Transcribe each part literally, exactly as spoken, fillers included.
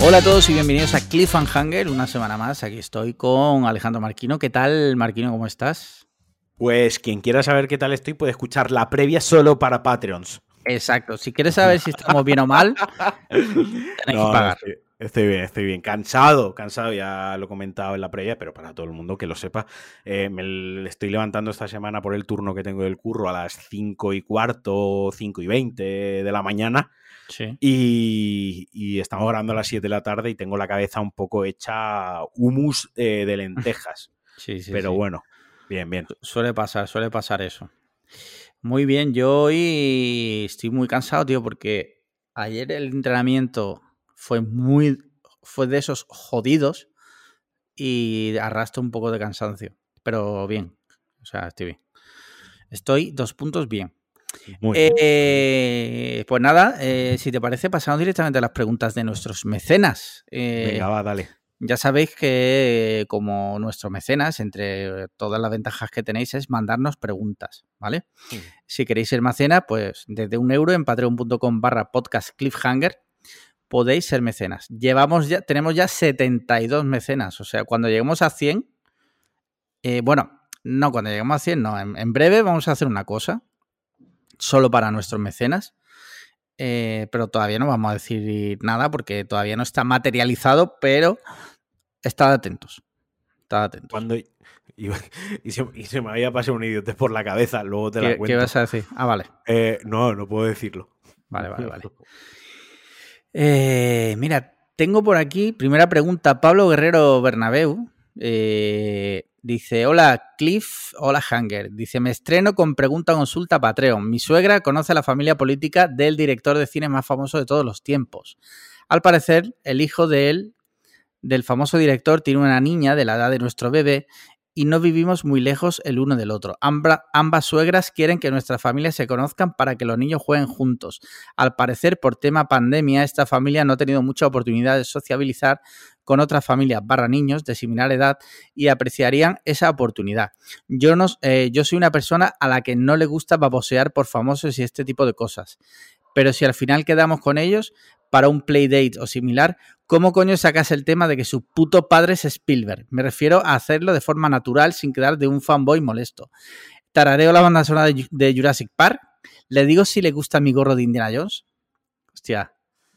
Hola a todos y bienvenidos a Cliffhanger, una semana más. Aquí estoy con Alejandro Marquino. ¿Qué tal, Marquino? ¿Cómo estás? Pues quien quiera saber qué tal estoy puede escuchar la previa solo para Patreons. Exacto. Si quieres saber si estamos bien o mal, tenéis no, que pagar. Estoy, estoy bien, estoy bien. Cansado, cansado, ya lo he comentado en la previa, pero para todo el mundo que lo sepa. Eh, me estoy levantando esta semana por el turno que tengo del curro a las cinco y cuarto, cinco y veinte de la mañana. Sí. Y, y estamos grabando a las siete de la tarde y tengo la cabeza un poco hecha humus eh, de lentejas. Sí, sí, pero sí. bueno, bien, bien. Suele pasar, suele pasar eso. Muy bien, yo hoy estoy muy cansado, tío, porque ayer el entrenamiento fue muy, fue de esos jodidos y arrastro un poco de cansancio, pero bien, o sea, estoy bien. Estoy dos puntos bien. Muy bien. Eh, pues nada, eh, si te parece, pasamos directamente a las preguntas de nuestros mecenas. Eh, Venga, va, dale. Ya sabéis que como nuestros mecenas, entre todas las ventajas que tenéis es mandarnos preguntas, ¿vale? Mm. Si queréis ser mecenas, pues desde un euro en patreon.com barra podcast cliffhanger podéis ser mecenas. Llevamos ya, tenemos ya setenta y dos mecenas, o sea, cuando lleguemos a cien, eh, bueno, no, cuando lleguemos a cien, no, en, en breve vamos a hacer una cosa, solo para nuestros mecenas. Eh, pero todavía no vamos a decir nada porque todavía no está materializado, pero estad atentos. Estad atentos. Cuando, y, y, se, y se me había pasado un idiota por la cabeza, luego te la cuento. ¿Qué vas a decir? Ah, vale. Eh, no, no puedo decirlo. Vale, vale, vale. Eh, mira, tengo por aquí, primera pregunta, Pablo Guerrero Bernabeu. Eh, dice, hola Cliff, hola Hanger. Dice, me estreno con pregunta consulta Patreon. Mi suegra conoce a la familia política del director de cine más famoso de todos los tiempos. Al parecer, el hijo de él, del famoso director, tiene una niña de la edad de nuestro bebé y no vivimos muy lejos el uno del otro. Ambra, ambas suegras quieren que nuestras familias se conozcan para que los niños jueguen juntos. Al parecer, por tema pandemia, esta familia no ha tenido mucha oportunidad de sociabilizar con otras familias barra niños de similar edad y apreciarían esa oportunidad. Yo, no, eh, yo soy una persona a la que no le gusta babosear por famosos y este tipo de cosas. Pero si al final quedamos con ellos para un playdate o similar, ¿cómo coño sacas el tema de que su puto padre es Spielberg? Me refiero a hacerlo de forma natural sin quedar de un fanboy molesto. Tarareo la banda sonora de, de Jurassic Park. ¿Le digo si le gusta mi gorro de Indiana Jones? Hostia.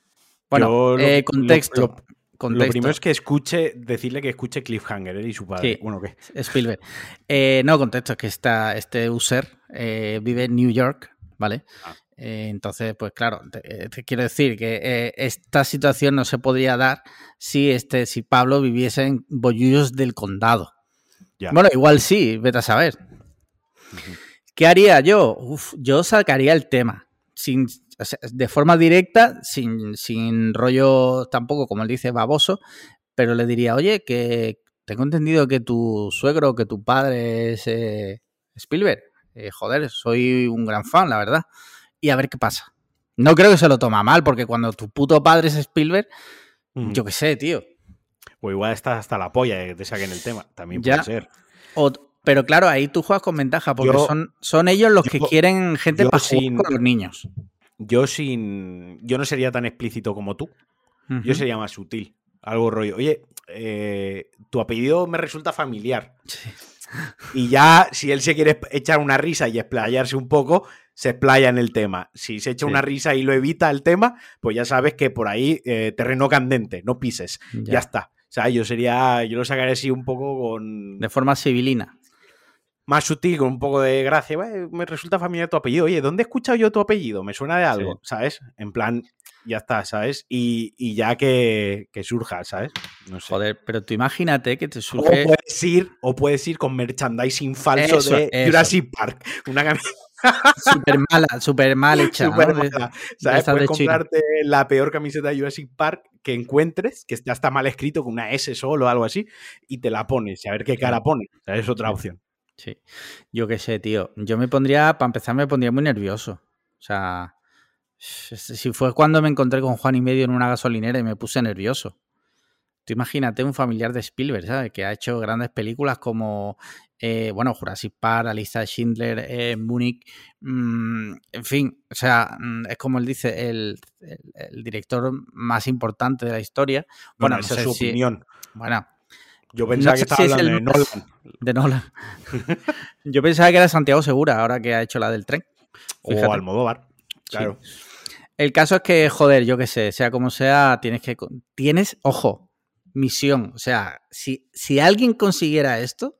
Bueno, lo, eh, contexto. Lo, lo, contexto. Lo primero es que escuche, decirle que escuche Cliffhanger ¿eh? y su padre. Sí, bueno, ¿qué? Spielberg. Eh, no, contexto, es que esta, este user eh, vive en New York, ¿vale? Ah. Eh, entonces, pues claro, te, te quiero decir que eh, esta situación no se podría dar si, este, si Pablo viviese en Bollullos del Condado. Ya. Bueno, igual sí, vete a saber. Uh-huh. ¿Qué haría yo? Uf, yo sacaría el tema, sin, o sea, de forma directa, sin, sin rollo tampoco, como él dice, baboso, pero le diría, oye, que tengo entendido que tu suegro, que tu padre es eh, Spielberg. Eh, joder, soy un gran fan, la verdad. Y a ver qué pasa. No creo que se lo toma mal, porque cuando tu puto padre es Spielberg, mm. yo qué sé, tío. O igual estás hasta la polla de que te saquen el tema. También puede ya. ser. O, pero claro, ahí tú juegas con ventaja, porque yo, son, son ellos los yo, que quieren gente para jugar sin, con los niños. Yo sin. Yo no sería tan explícito como tú. Uh-huh. Yo sería más sutil. Algo rollo. Oye, eh, tu apellido me resulta familiar. Sí. Y ya, si él se quiere echar una risa y explayarse un poco, se explaya en el tema. Si se echa sí. una risa y lo evita el tema, pues ya sabes que por ahí eh, terreno candente, no pises. Ya. ya está. O sea, yo sería, yo lo sacaría así un poco con... De forma civilina. Más sutil, con un poco de gracia. Bueno, me resulta familiar tu apellido. Oye, ¿dónde he escuchado yo tu apellido? Me suena de algo, sí. ¿sabes? En plan, ya está, ¿sabes? Y, y ya que, que surja, ¿sabes? No sé. Joder, pero tú imagínate que te surge... O puedes ir, o puedes ir con merchandising falso eso, de eso. Jurassic Park. Una camiseta... Súper mala, súper mal hecha. Súper ¿no? mala. ¿Sabes? Puedes comprarte China. La peor camiseta de Jurassic Park que encuentres, que está mal escrito con una S solo o algo así, y te la pones, a ver qué cara pone. O sea, es otra sí. opción. Sí. Yo qué sé, tío. Yo me pondría, para empezar, me pondría muy nervioso. O sea, si fue cuando me encontré con Juan y medio en una gasolinera y me puse nervioso. Tú imagínate un familiar de Spielberg, ¿sabes? Que ha hecho grandes películas como Eh, bueno, Jurassic Park, la lista de Schindler, eh, Múnich, mmm, en fin, o sea, es como él dice, el, el, el director más importante de la historia. Bueno, Bueno, no esa sé es su si, opinión. Bueno, yo pensaba no sé que estaba si es hablando el de más Nolan. De Nolan. Yo pensaba que era Santiago Segura, ahora que ha hecho la del tren. Fíjate. O Almodóvar, claro. Sí. El caso es que, joder, yo qué sé, sea como sea, tienes que... Tienes, ojo, misión. O sea, si, si alguien consiguiera esto,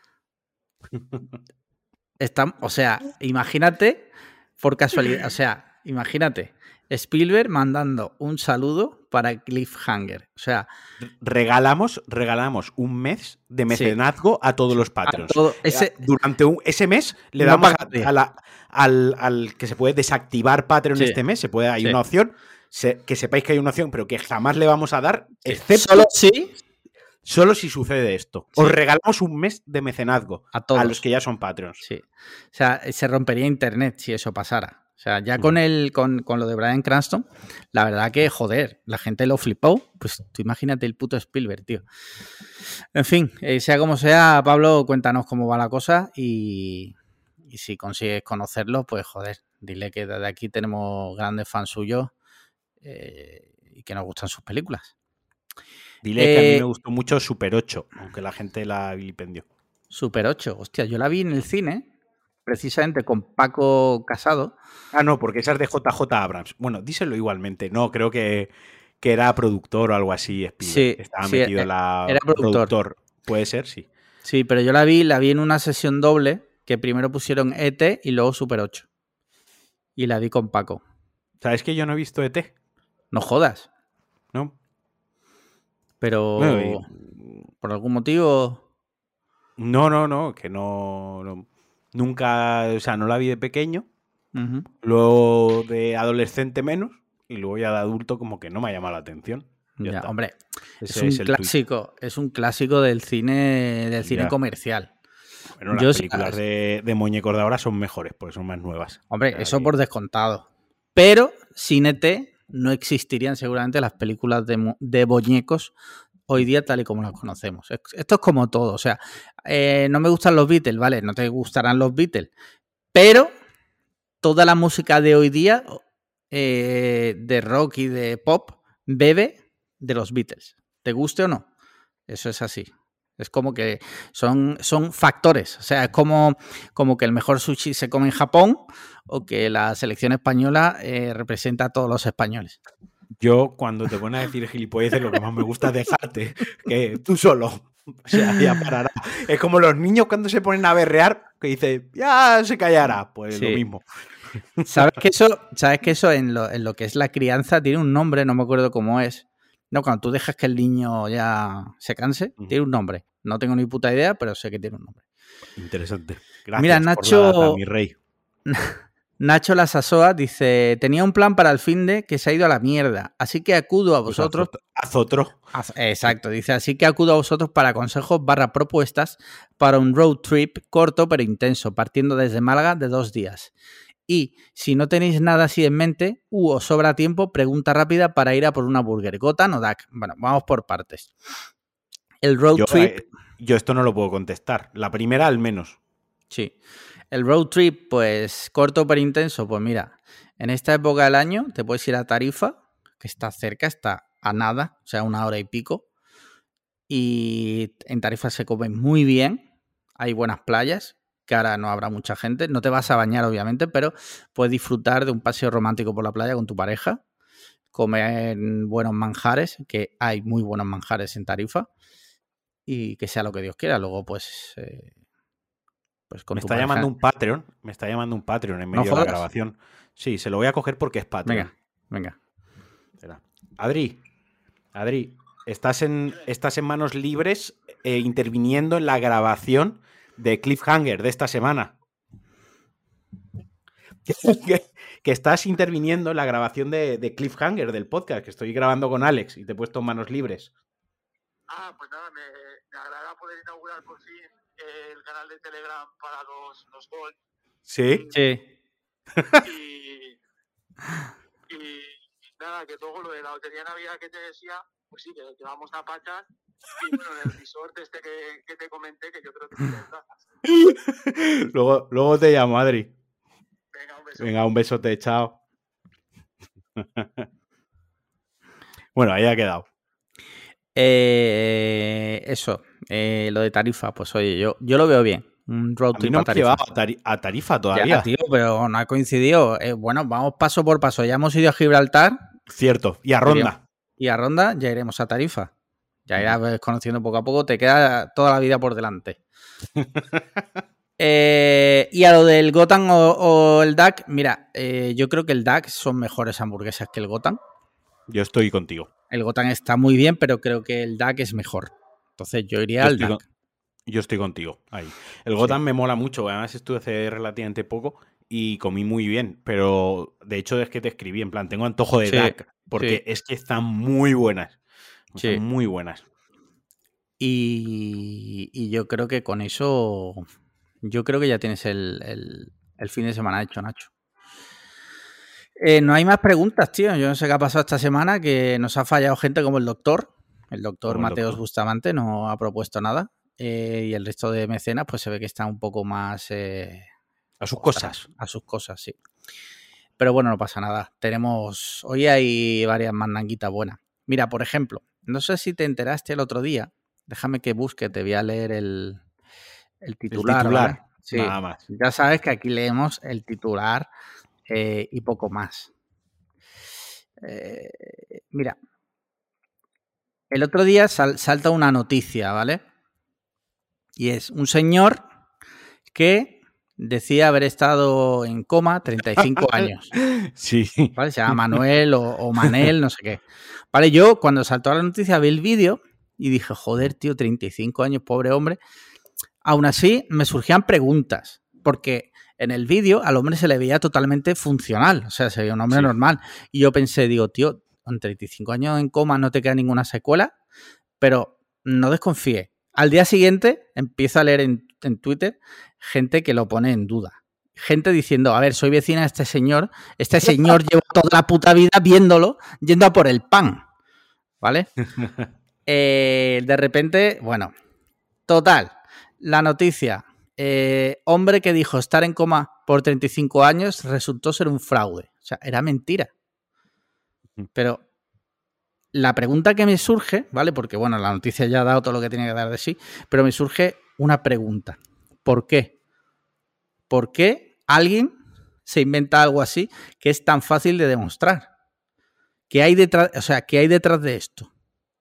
está, o sea, imagínate, por casualidad, o sea, imagínate, Spielberg mandando un saludo para Cliffhanger. O sea... Regalamos, regalamos un mes de mecenazgo sí. a todos sí. los Patreons. Todo ese... Durante un, ese mes le no damos a, a la, al, al que se puede desactivar Patreon sí. este mes, se puede, hay sí. una opción, se, que sepáis que hay una opción, pero que jamás le vamos a dar, sí. excepto... Solo si... Solo si sucede esto. Sí. Os regalamos un mes de mecenazgo a todos. A los que ya son Patreons. Sí. O sea, se rompería internet si eso pasara. O sea, ya con, el, con, con lo de Bryan Cranston, la verdad que, joder, la gente lo flipó. Pues tú imagínate el puto Spielberg, tío. En fin, eh, sea como sea, Pablo, cuéntanos cómo va la cosa y, y si consigues conocerlo, pues joder, dile que desde aquí tenemos grandes fans suyos eh, y que nos gustan sus películas. Dile eh, que a mí me gustó mucho Super ocho, aunque la gente la vilipendió. Super ocho, hostia, yo la vi en el cine, precisamente con Paco Casado. Ah, no, porque esa es de J J Abrams. Bueno, díselo igualmente. No, creo que, que era productor o algo así. Spielberg. Sí, estaba sí, metido la era productor. productor. Puede ser, sí. Sí, pero yo la vi, la vi en una sesión doble que primero pusieron E T y luego Super ocho. Y la vi con Paco. ¿Sabes que yo no he visto E T? No jodas. No. Pero bueno, y... ¿por algún motivo? No, no, no, que no, no. Nunca, o sea, no la vi de pequeño. Uh-huh. Luego de adolescente menos. Y luego ya de adulto como que no me ha llamado la atención. Ya, ya hombre, es un es clásico, tweet. es un clásico del cine, del cine comercial. Bueno, las Yo, películas de, de muñecos de ahora son mejores, porque son más nuevas. Hombre, eso que... por descontado. Pero sin E T no existirían seguramente las películas de, de muñecos hoy día tal y como las conocemos. Esto es como todo. O sea, eh, no me gustan los Beatles, ¿vale? No te gustarán los Beatles. Pero toda la música de hoy día, eh, de rock y de pop, bebe de los Beatles. ¿Te guste o no? Eso es así. Es como que son, son factores. O sea, es como, como que el mejor sushi se come en Japón o que la selección española eh, representa a todos los españoles. Yo, cuando te pones a decir gilipolleces, lo que más me gusta es dejarte, que tú solo. O sea, ya parará. Es como los niños cuando se ponen a berrear, que dice, ya se callará. Pues sí. Lo mismo. ¿Sabes que eso, sabes que eso en, lo, en lo que es la crianza tiene un nombre? No me acuerdo cómo es. No, cuando tú dejas que el niño ya se canse, uh-huh. tiene un nombre. No tengo ni puta idea, pero sé que tiene un nombre. Interesante. Gracias. Mira, Nacho, por la data, mi rey. Nacho Lasasoa dice, tenía un plan para el finde que se ha ido a la mierda, así que acudo a vosotros. Pues haz otro. Haz, exacto, dice, así que acudo a vosotros para consejos barra propuestas para un road trip corto pero intenso, partiendo desde Málaga de dos días. Y si no tenéis nada así en mente, u os sobra tiempo, pregunta rápida para ir a por una burger. ¿Gotan o D A C? Bueno, vamos por partes. El road yo, trip... Eh, yo esto no lo puedo contestar. La primera al menos. Sí. El road trip, pues, corto pero intenso. Pues mira, en esta época del año te puedes ir a Tarifa, que está cerca, está a nada, o sea, una hora y pico. Y en Tarifa se come muy bien. Hay buenas playas, que ahora no habrá mucha gente. No te vas a bañar, obviamente, pero puedes disfrutar de un paseo romántico por la playa con tu pareja, comer buenos manjares, que hay muy buenos manjares en Tarifa, y que sea lo que Dios quiera. Luego, pues... Eh, pues con me tu está pareja. llamando un Patreon, me está llamando un Patreon en medio ¿No de la grabación. Sí, se lo voy a coger porque es Patreon. Venga, venga. Espera. Adri, Adri, estás en, estás en manos libres eh, interviniendo en la grabación de Cliffhanger de esta semana. que, que estás interviniendo en la grabación de, de Cliffhanger del podcast, que estoy grabando con Alex y te he puesto en manos libres. Ah, pues nada, me, me agrada poder inaugurar por fin el canal de Telegram para los, los Gold. Sí. Sí. Y, y nada, que todo lo de la lotería de Navidad que te decía, pues sí, que, que vamos a pachas Y bueno, en el resort este que, que te comenté, que yo creo que tienes plazas. luego, luego te llamo, Adri. Venga, un beso. Venga, un besote, chao. Bueno, ahí ha quedado. Eh, eso, eh, lo de Tarifa, pues oye, yo, yo lo veo bien. Un road A mí trip no a me ha Tarifa. llevado a, tari- a Tarifa todavía. Ya, tío, pero no ha coincidido. Eh, bueno, vamos paso por paso. Ya hemos ido a Gibraltar. Cierto. Y a Ronda. Y a Ronda ya iremos a Tarifa. Ya irás conociendo poco a poco. Te queda toda la vida por delante. eh, y a lo del Gotham o, o el D A C, mira, eh, yo creo que el D A C son mejores hamburguesas que el Gotham. Yo estoy contigo. El Gotham está muy bien, pero creo que el D A C es mejor. Entonces yo iría yo al estoy D A C. Con, yo estoy contigo ahí. El Gotham Sí. me mola mucho. Además estuve hace relativamente poco y comí muy bien. Pero de hecho es que te escribí. En plan, tengo antojo de Sí, D A C. Porque sí. es que están muy buenas. Sí. Están muy buenas. Y, y yo creo que con eso, yo creo que ya tienes el, el, el fin de semana hecho, Nacho. Eh, no hay más preguntas, tío. Yo no sé qué ha pasado esta semana, que nos ha fallado gente como el doctor. El doctor Como el Mateos doctor. Bustamante no ha propuesto nada. Eh, y el resto de mecenas, pues se ve que está un poco más... Eh, A sus ostras, cosas. A sus cosas, sí. Pero bueno, no pasa nada. Tenemos... Hoy hay varias mandanguitas buenas. Mira, por ejemplo, no sé si te enteraste el otro día. Déjame que busque, te voy a leer el, el titular. El titular, ¿vale? Sí. Nada más. Ya sabes que aquí leemos el titular eh, y poco más. Eh, mira, el otro día sal, salta una noticia, ¿vale? Y es un señor que decía haber estado en coma treinta y cinco años. Sí. ¿Vale? Se llama Manuel o, o Manel, no sé qué. Vale, yo cuando saltó la noticia vi el vídeo y dije, joder, tío, treinta y cinco años, pobre hombre. Aún así, me surgían preguntas, porque en el vídeo al hombre se le veía totalmente funcional, o sea, se veía un hombre sí. normal. Y yo pensé, digo, tío, con treinta y cinco años en coma no te queda ninguna secuela, pero no desconfíe. Al día siguiente empiezo a leer en, en Twitter gente que lo pone en duda. Gente diciendo, a ver, soy vecina de este señor, este señor lleva toda la puta vida viéndolo, yendo a por el pan, ¿vale? eh, de repente, bueno, total, la noticia, eh, hombre que dijo estar en coma por treinta y cinco años resultó ser un fraude, o sea, era mentira. Pero la pregunta que me surge, ¿vale? Porque, bueno, la noticia ya ha dado todo lo que tenía que dar de sí, pero me surge una pregunta. ¿Por qué? ¿Por qué alguien se inventa algo así que es tan fácil de demostrar? ¿Qué hay detrás, o sea, ¿qué hay detrás de esto?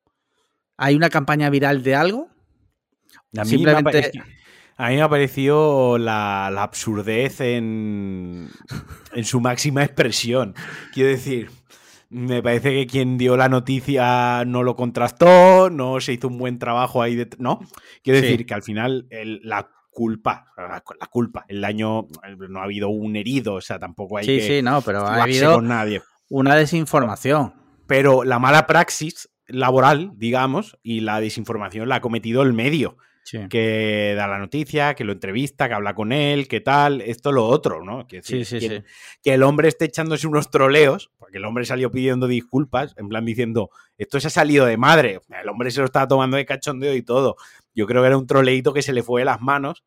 ¿Hay una campaña viral de algo? A mí, Simplemente... me, ha a mí me ha parecido la, la absurdez en, en su máxima expresión. Quiero decir, me parece que quien dio la noticia no lo contrastó, no se hizo un buen trabajo ahí, de, ¿no? Quiero decir sí. que al final el, la culpa, la, la culpa, el daño, no ha habido un herido, o sea, tampoco hay sí, que... Sí, sí, no, pero ha habido con nadie. Una desinformación. Pero la mala praxis laboral, digamos, y la desinformación la ha cometido el medio. Sí. Que da la noticia, que lo entrevista, que habla con él, que tal, esto, lo otro, ¿no? Que, decir, sí, sí, que, sí. que el hombre esté echándose unos troleos, porque el hombre salió pidiendo disculpas, en plan diciendo, esto se ha salido de madre, el hombre se lo estaba tomando de cachondeo y todo. Yo creo que era un troleito que se le fue de las manos,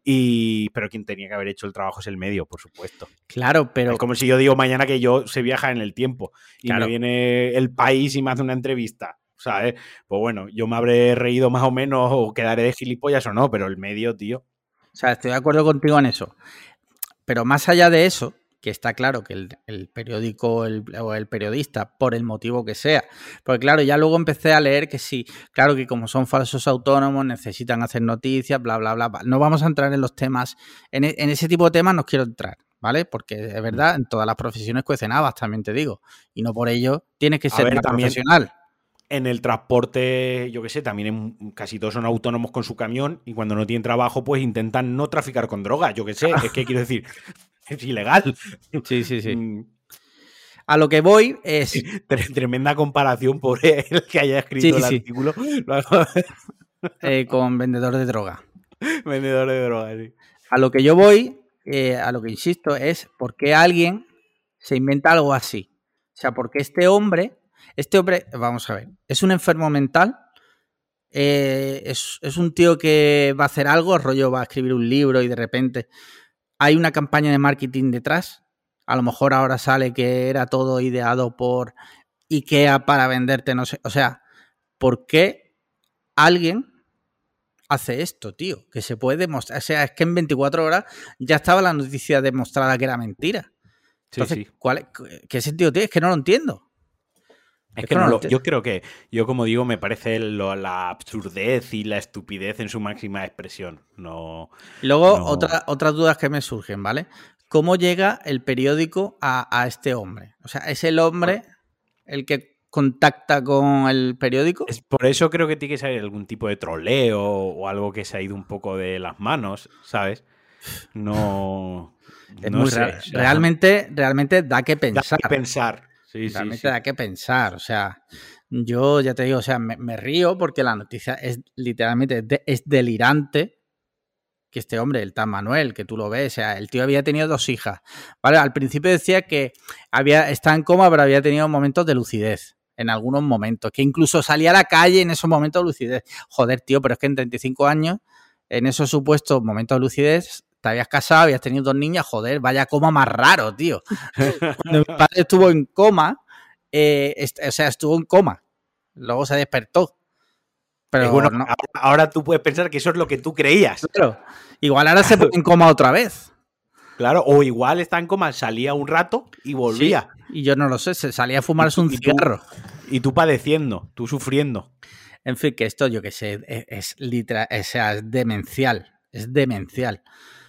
y pero quien tenía que haber hecho el trabajo es el medio, por supuesto. Claro, pero... Es como si yo digo mañana que yo sé viajar en el tiempo, y claro. me viene El País y me hace una entrevista. ¿Sabes? Pues bueno, yo me habré reído más o menos o quedaré de gilipollas o no, pero el medio, tío. O sea, estoy de acuerdo contigo en eso. Pero más allá de eso, que está claro que el, el periódico el, o el periodista, por el motivo que sea, porque claro, ya luego empecé a leer que sí, claro que como son falsos autónomos, necesitan hacer noticias, bla, bla, bla. No vamos a entrar en los temas, en, en ese tipo de temas no quiero entrar, ¿vale? Porque es verdad, en todas las profesiones cuecen habas, también te digo, y no por ello tienes que ser ver, más también... profesional. En el transporte, yo qué sé, también en, casi todos son autónomos con su camión y cuando no tienen trabajo, pues intentan no traficar con droga, yo qué sé, es que quiero decir, es ilegal. Sí, sí, sí. A lo que voy es... Tremenda comparación por el que haya escrito sí, el sí. artículo. eh, con vendedor de droga. Vendedor de droga, sí. A lo que yo voy, eh, a lo que insisto, es por qué alguien se inventa algo así. O sea, porque este hombre... Este hombre, vamos a ver, es un enfermo mental Eh, es, es un tío que va a hacer algo, rollo va a escribir un libro y de repente hay una campaña de marketing detrás. A lo mejor ahora sale que era todo ideado por IKEA para venderte, no sé. O sea, ¿por qué alguien hace esto, tío? Que se puede demostrar. O sea, es que en veinticuatro horas ya estaba la noticia demostrada que era mentira. Entonces, sí, sí. ¿cuál es, ¿qué sentido tiene? Es que no lo entiendo. Es, es que, que no lo, yo creo que, yo como digo, me parece lo, la absurdez y la estupidez en su máxima expresión. No. Luego, no... Otra, otras dudas que me surgen, ¿vale? ¿Cómo llega el periódico a, a este hombre? O sea, ¿es el hombre el que contacta con el periódico? Es por eso creo que tiene que ser algún tipo de troleo o algo que se ha ido un poco de las manos, ¿sabes? No. Es no muy sé. real. O sea, realmente, realmente da que pensar. Da que pensar. Sí, realmente sí, sí. da que pensar. O sea, yo ya te digo, o sea, me, me río porque la noticia es literalmente de, es delirante. Que este hombre, el tal Manuel, que tú lo ves, o sea, el tío había tenido dos hijas. Vale, al principio decía que había, estaba en coma, pero había tenido momentos de lucidez. En algunos momentos, que incluso salía a la calle en esos momentos de lucidez. Joder, tío, pero es que en treinta y cinco años, en esos supuestos momentos de lucidez, te habías casado, habías tenido dos niñas, joder, vaya coma más raro, tío. Cuando mi padre estuvo en coma, eh, est- o sea, estuvo en coma, luego se despertó. Pero bueno, no. ahora, ahora tú puedes pensar que eso es lo que tú creías. Claro. Igual ahora se pone en coma otra vez. Claro, o igual está en coma, salía un rato y volvía. Sí, y yo no lo sé, se salía a fumarse un cigarro. Y tú padeciendo, tú sufriendo. En fin, que esto, yo que sé, es, es literal, o sea, es demencial, es demencial.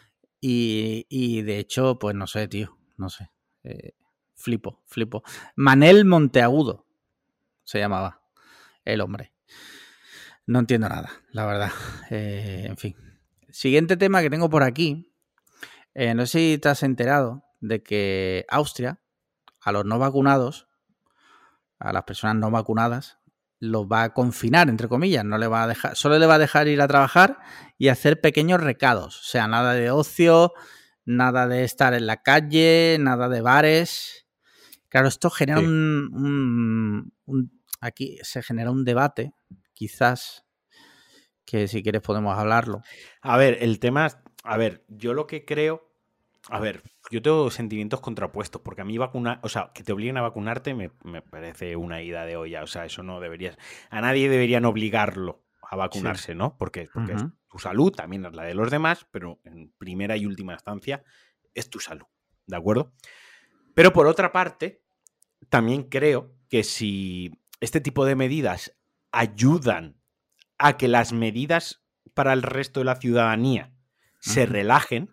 Y, y de hecho, pues no sé, tío, no sé. Eh, flipo, flipo. Manel Monteagudo se llamaba el hombre. No entiendo nada, la verdad. Eh, en fin. Siguiente tema que tengo por aquí. Eh, no sé si te has enterado de que Austria, a los no vacunados, a las personas no vacunadas, los va a confinar, entre comillas. No le va a dejar, solo le va a dejar ir a trabajar y hacer pequeños recados. O sea, nada de ocio, nada de estar en la calle, nada de bares. Claro, esto genera sí. un, un, un... Aquí se genera un debate, quizás, que si quieres podemos hablarlo. A ver, el tema... A ver, yo lo que creo... A ver, yo tengo sentimientos contrapuestos, porque a mí vacunar, o sea, que te obliguen a vacunarte me, me parece una ida de olla, o sea, eso no deberías, a nadie deberían obligarlo a vacunarse, sí. ¿no? Porque, porque uh-huh. es tu salud, también es la de los demás, pero en primera y última instancia es tu salud, ¿de acuerdo? Pero por otra parte, también creo que si este tipo de medidas ayudan a que las medidas para el resto de la ciudadanía uh-huh. se relajen,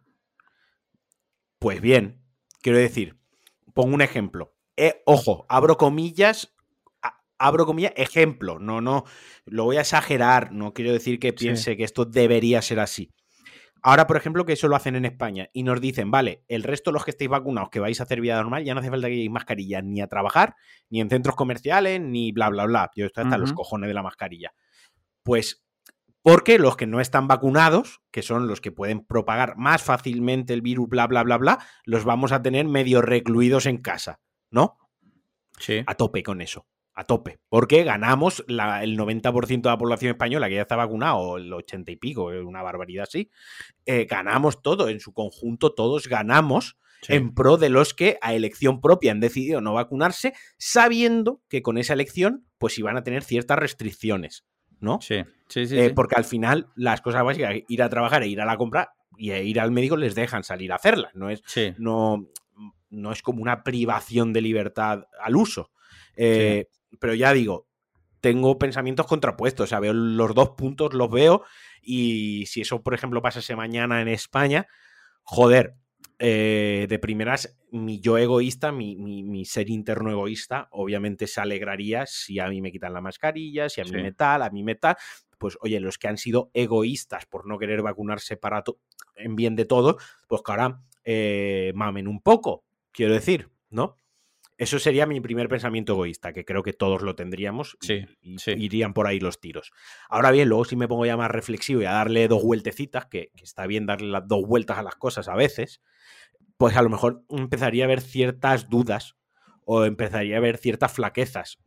pues bien, quiero decir, pongo un ejemplo. Eh, ojo, abro comillas, a, abro comillas, ejemplo. No, no, lo voy a exagerar. No quiero decir que piense sí. que esto debería ser así. Ahora, por ejemplo, que eso lo hacen en España y nos dicen, vale, el resto de los que estéis vacunados, que vais a hacer vida normal, ya no hace falta que llevéis mascarillas ni a trabajar, ni en centros comerciales, ni bla, bla, bla. Yo estoy hasta uh-huh. los cojones de la mascarilla. Pues... Porque los que no están vacunados, que son los que pueden propagar más fácilmente el virus, bla, bla, bla, bla, los vamos a tener medio recluidos en casa, ¿no? Sí. A tope con eso, a tope. Porque ganamos la, el noventa por ciento de la población española que ya está vacunada, o el ochenta y pico, una barbaridad así. Eh, ganamos todo, en su conjunto todos ganamos sí. en pro de los que a elección propia han decidido no vacunarse, sabiendo que con esa elección pues iban a tener ciertas restricciones, ¿no? Sí, sí, sí, eh, sí. Porque al final las cosas básicas, ir a trabajar e ir a la compra y e ir al médico les dejan salir a hacerlas. No es, sí. no, no es como una privación de libertad al uso. Eh, sí. Pero ya digo, tengo pensamientos contrapuestos. O sea, veo los dos puntos, los veo. Y si eso, por ejemplo, pasase mañana en España, joder, eh, de primeras, mi yo egoísta, mi, mi, mi ser interno egoísta, obviamente se alegraría si a mí me quitan la mascarilla, si a sí. mí me tal, a mí me tal. Pues oye, los que han sido egoístas por no querer vacunarse para to- en bien de todos, pues que ahora eh, mamen un poco, quiero decir, ¿no? Eso sería mi primer pensamiento egoísta, que creo que todos lo tendríamos sí, y, y sí. irían por ahí los tiros. Ahora bien, luego si me pongo ya más reflexivo y a darle dos vueltecitas, que, que está bien darle las dos vueltas a las cosas a veces, pues a lo mejor empezaría a haber ciertas dudas o empezaría a haber ciertas flaquezas, ¿no?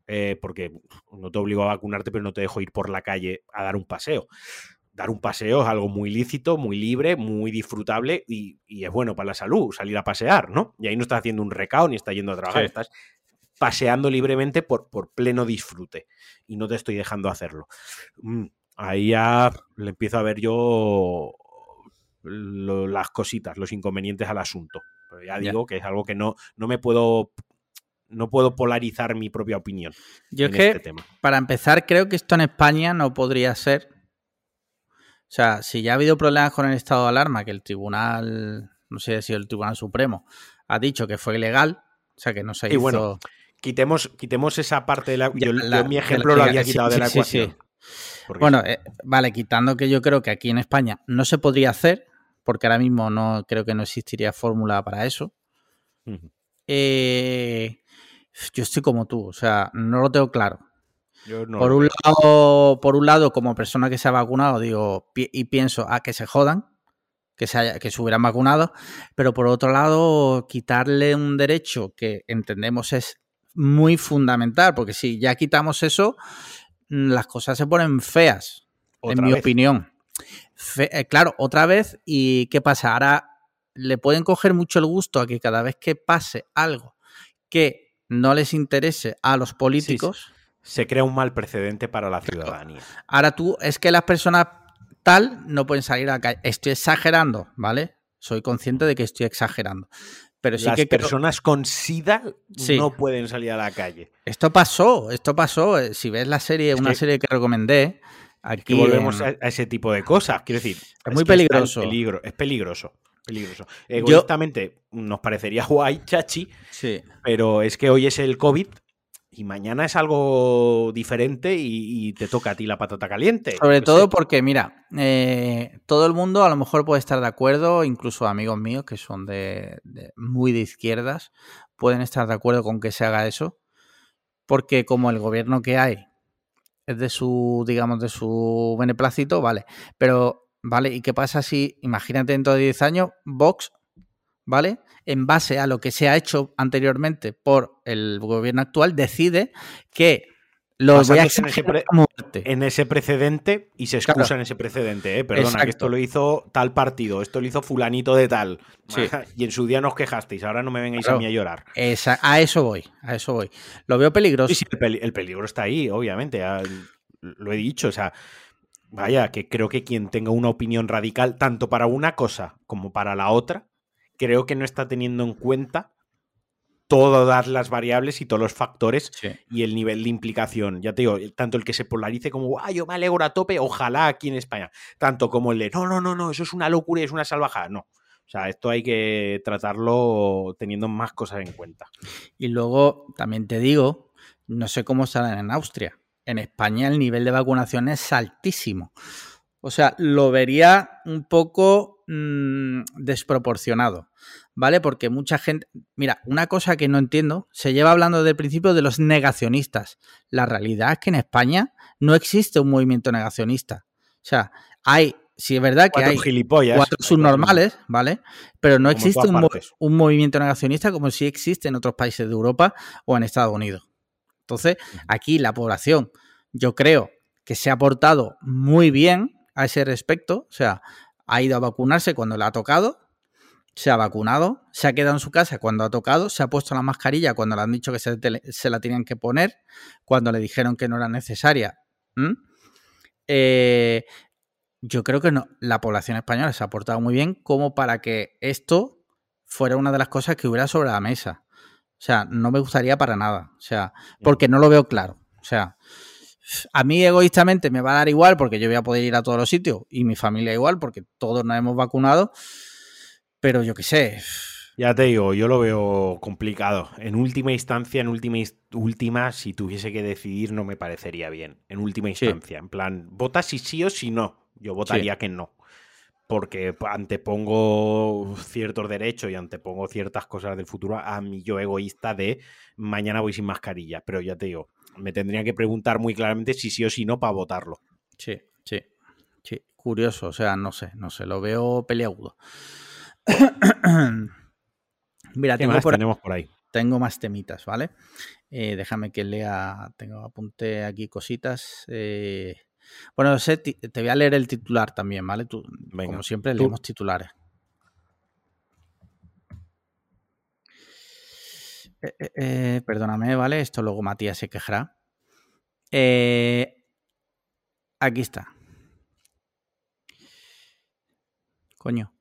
eh, porque no te obligo a vacunarte, pero no te dejo ir por la calle a dar un paseo. Dar un paseo es algo muy lícito, muy libre, muy disfrutable y, y es bueno para la salud, salir a pasear, ¿no? Y ahí no estás haciendo un recao ni estás yendo a trabajar, sí. Estás paseando libremente por, por pleno disfrute y no te estoy dejando hacerlo. Mm, ahí ya le empiezo a ver yo lo, las cositas, los inconvenientes al asunto. Pero ya digo yeah. que es algo que no, no me puedo... No puedo polarizar mi propia opinión. Yo en es que, este tema. Para empezar, creo que esto en España no podría ser. O sea, si ya ha habido problemas con el estado de alarma, que el tribunal, no sé si el Tribunal Supremo ha dicho que fue ilegal, o sea, que no se y hizo... bueno, quitemos, quitemos esa parte de la... Ya, yo, la yo mi ejemplo la, lo había quitado sí, de la sí, ecuación. Sí, sí. Bueno, eh, vale, quitando que yo creo que aquí en España no se podría hacer, porque ahora mismo no creo que no existiría fórmula para eso. Uh-huh. Eh, yo estoy como tú, o sea, no lo tengo claro. Yo no por, lo un veo. lado, por un lado, como persona que se ha vacunado, digo, pi- y pienso, ah, que se jodan, que se, haya, que se hubieran vacunado, pero por otro lado, quitarle un derecho que entendemos es muy fundamental, porque si ya quitamos eso, las cosas se ponen feas, ¿Otra en mi vez? opinión. Fe, eh, claro, otra vez, ¿y qué pasa? Ahora le pueden coger mucho el gusto a que cada vez que pase algo que no les interese a los políticos... Sí, sí. Se crea un mal precedente para la ciudadanía. Ahora tú, es que las personas tal no pueden salir a la calle. Estoy exagerando, ¿vale? Soy consciente de que estoy exagerando. Pero sí las que personas creo... con SIDA sí. no pueden salir a la calle. Esto pasó, esto pasó. Si ves la serie, es una que, serie que recomendé, aquí es que volvemos en... a, a ese tipo de cosas. Quiero decir, es, es muy que peligroso. Peligro, es peligroso. Peligroso. Egoístamente Yo... nos parecería guay, chachi, sí. pero es que hoy es el COVID y mañana es algo diferente y, y te toca a ti la patata caliente. Sobre todo sé. porque, mira, eh, todo el mundo a lo mejor puede estar de acuerdo, incluso amigos míos que son de, de muy de izquierdas, pueden estar de acuerdo con que se haga eso, porque como el gobierno que hay es de su, digamos, de su beneplácito, vale. Pero, vale, ¿y qué pasa si, imagínate dentro de diez años, Vox, ¿vale?, en base a lo que se ha hecho anteriormente por el gobierno actual, decide que lo voy a en ese, pre en ese precedente y se excusa claro. en ese precedente, ¿eh? Perdona, Exacto. que esto lo hizo tal partido, esto lo hizo fulanito de tal. Sí. Y en su día nos quejasteis, ahora no me vengáis claro. a mí a llorar. Esa, a eso voy, a eso voy. Lo veo peligroso. Sí, sí, el, peli el peligro está ahí, obviamente, ya lo he dicho, o sea, vaya, que creo que quien tenga una opinión radical, tanto para una cosa como para la otra, creo que no está teniendo en cuenta todas las variables y todos los factores sí. y el nivel de implicación. Ya te digo, tanto el que se polarice como ¡ah, yo me alegro a tope! Ojalá aquí en España. Tanto como el de no, no, no, no, eso es una locura y es una salvajada. No. O sea, esto hay que tratarlo teniendo más cosas en cuenta. Y luego, también te digo, no sé cómo estarán en Austria. En España el nivel de vacunación es altísimo. O sea, lo vería un poco mmm, desproporcionado, ¿vale? Porque mucha gente... Mira, una cosa que no entiendo, se lleva hablando desde el principio de los negacionistas. La realidad es que en España no existe un movimiento negacionista. O sea, hay... Sí, es verdad que cuatro hay gilipollas, cuatro subnormales, ¿vale? Pero no existe un, un movimiento negacionista como sí existe en otros países de Europa o en Estados Unidos. Entonces, aquí la población, yo creo que se ha portado muy bien a ese respecto, o sea, ha ido a vacunarse cuando le ha tocado, se ha vacunado, se ha quedado en su casa cuando ha tocado, se ha puesto la mascarilla cuando le han dicho que se, se la tenían que poner, cuando le dijeron que no era necesaria. ¿Mm? Eh, yo creo que no, la población española se ha portado muy bien como para que esto fuera una de las cosas que hubiera sobre la mesa. O sea, no me gustaría para nada, o sea, porque no lo veo claro, o sea... A mí egoístamente me va a dar igual porque yo voy a poder ir a todos los sitios y mi familia igual porque todos nos hemos vacunado, pero yo qué sé. Ya te digo, yo lo veo complicado. En última instancia, en última, última, si tuviese que decidir no me parecería bien. En última instancia, sí. En plan, ¿votas si sí o si no? Yo votaría sí. que no. Porque antepongo ciertos derechos y antepongo ciertas cosas del futuro a mi yo egoísta de mañana voy sin mascarilla. Pero ya te digo, me tendría que preguntar muy claramente si sí o si no para votarlo. Sí, sí, sí. Curioso, o sea, no sé, no sé, lo veo peliagudo. Mira, ¿qué tengo más por tenemos por ahí? tengo más temitas, ¿vale? Eh, déjame que lea, tengo apunté aquí cositas. Eh, bueno, sé, te voy a leer el titular también, ¿vale? Tú, Venga, como siempre, tú. leemos titulares. Eh, eh, eh, perdóname, ¿vale? Esto luego Matías se quejará. Eh, aquí está. Coño.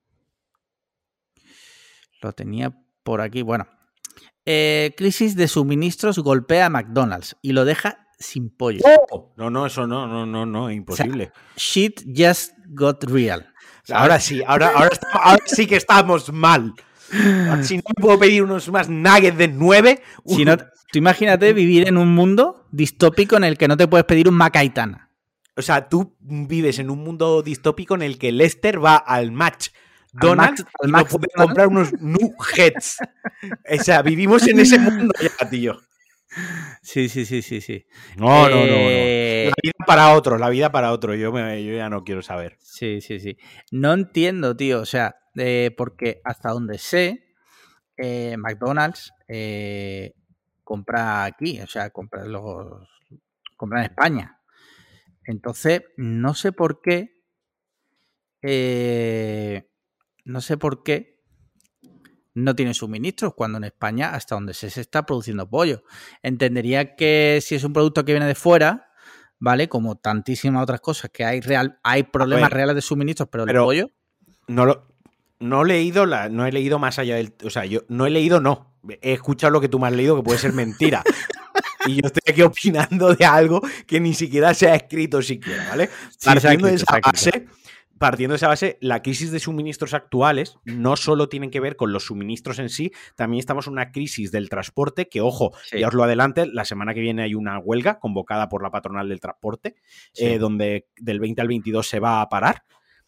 Lo tenía por aquí. Bueno. Eh, crisis de suministros golpea a McDonald's y lo deja sin pollo. ¡Oh! No, no, eso no, no, no, no, imposible. O sea, shit just got real. ¿Sabes? Ahora sí, ahora, ahora, ahora sí que estamos mal. Si no puedo pedir unos más nuggets de nueve. Si no, tú imagínate vivir en un mundo distópico en el que no te puedes pedir un macaitana. O sea, tú vives en un mundo distópico en el que Lester va al match Donald's y no puede comprar unos nuggets. O sea, vivimos en ese mundo ya, tío. Sí, sí, sí, sí, sí. No, eh... no, no, no. La vida para otro, la vida para otro. Yo, me, yo ya no quiero saber. Sí, sí, sí. No entiendo, tío. O sea, eh, porque hasta donde sé, eh, McDonald's eh, compra aquí, o sea, compra los compra en España. Entonces, no sé por qué. Eh, no sé por qué no tiene suministros cuando en España, hasta donde se, se está produciendo pollo. Entendería que si es un producto que viene de fuera, ¿vale? Como tantísimas otras cosas, que hay real, hay problemas reales de suministros, pero, pero el pollo. No lo. No he leído la, no he leído más allá del. O sea, yo no he leído, no. He escuchado lo que tú me has leído, que puede ser mentira. Y yo estoy aquí opinando de algo que ni siquiera se ha escrito siquiera, ¿vale? Sí, partiendo, escrito, de esa base, partiendo de esa base, la crisis de suministros actuales no solo tienen que ver con los suministros en sí, también estamos en una crisis del transporte que, ojo, sí. ya os lo adelanto, la semana que viene hay una huelga convocada por la patronal del transporte, sí. eh, donde del veinte al veintidós se va a parar.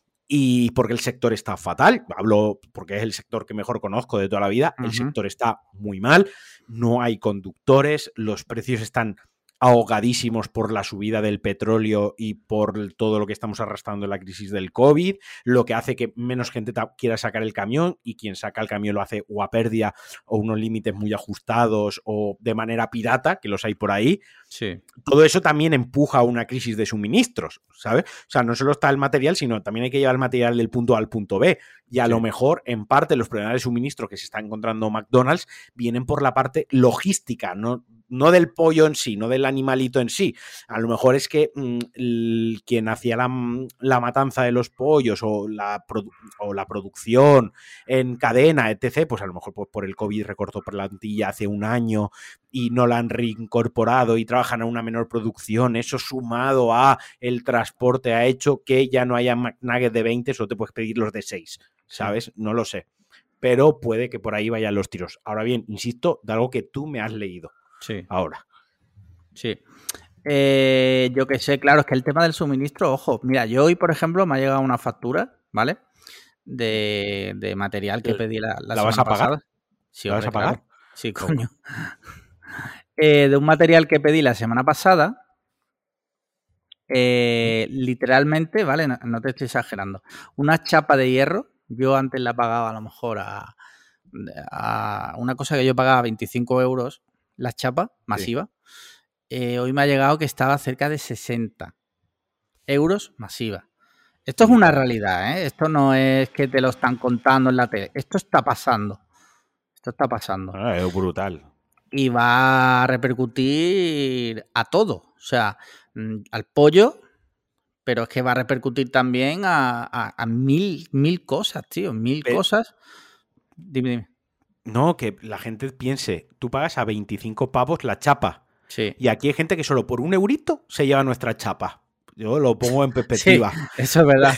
Y porque el sector está fatal, hablo porque es el sector que mejor conozco de toda la vida, uh-huh. El sector está muy mal, no hay conductores, los precios están ahogadísimos por la subida del petróleo y por todo lo que estamos arrastrando en la crisis del COVID, lo que hace que menos gente quiera sacar el camión y quien saca el camión lo hace o a pérdida o unos límites muy ajustados o de manera pirata, que los hay por ahí. Sí. Todo eso también empuja a una crisis de suministros, ¿sabes? O sea, no solo está el material, sino también hay que llevar el material del punto A al punto B. Y a sí. lo mejor, en parte, los problemas de suministro que se está encontrando McDonald's vienen por la parte logística, no, no del pollo en sí, no del animalito en sí. A lo mejor es que mmm, el, quien hacía la, la matanza de los pollos o la, produ o la producción en cadena, etcétera, pues a lo mejor pues, por el COVID recortó plantilla hace un año y no la han reincorporado y trabajan a una menor producción. Eso sumado a el transporte ha hecho que ya no haya McNuggets de veinte, solo te puedes pedir los de seis, ¿sabes? Sí. No lo sé. Pero puede que por ahí vayan los tiros. Ahora bien, insisto, de algo que tú me has leído. Sí. Ahora. Sí. Eh, yo que sé, claro, es que el tema del suministro, ojo, mira, yo hoy, por ejemplo, me ha llegado una factura, ¿vale? De, de material que pedí la, la, ¿La vas a pagar? Pasada. Sí, ¿La hombre, vas a pagar? Claro. Sí, coño. Eh, de un material que pedí la semana pasada, eh, literalmente, ¿vale? No, no te estoy exagerando. Una chapa de hierro, yo antes la pagaba a lo mejor a, a una cosa que yo pagaba veinticinco euros, la chapa masiva. Sí. Eh, hoy me ha llegado que estaba cerca de sesenta euros masiva. Esto es una realidad, ¿eh? Esto no es que te lo están contando en la tele. Esto está pasando. Esto está pasando. Ah, es brutal. Y va a repercutir a todo. O sea, al pollo, pero es que va a repercutir también a, a, a mil, mil cosas, tío. Mil pero, cosas. Dime, dime. No, que la gente piense, tú pagas a veinticinco pavos la chapa. Sí. Y aquí hay gente que solo por un eurito se lleva nuestra chapa. Yo lo pongo en perspectiva. Sí, eso es verdad.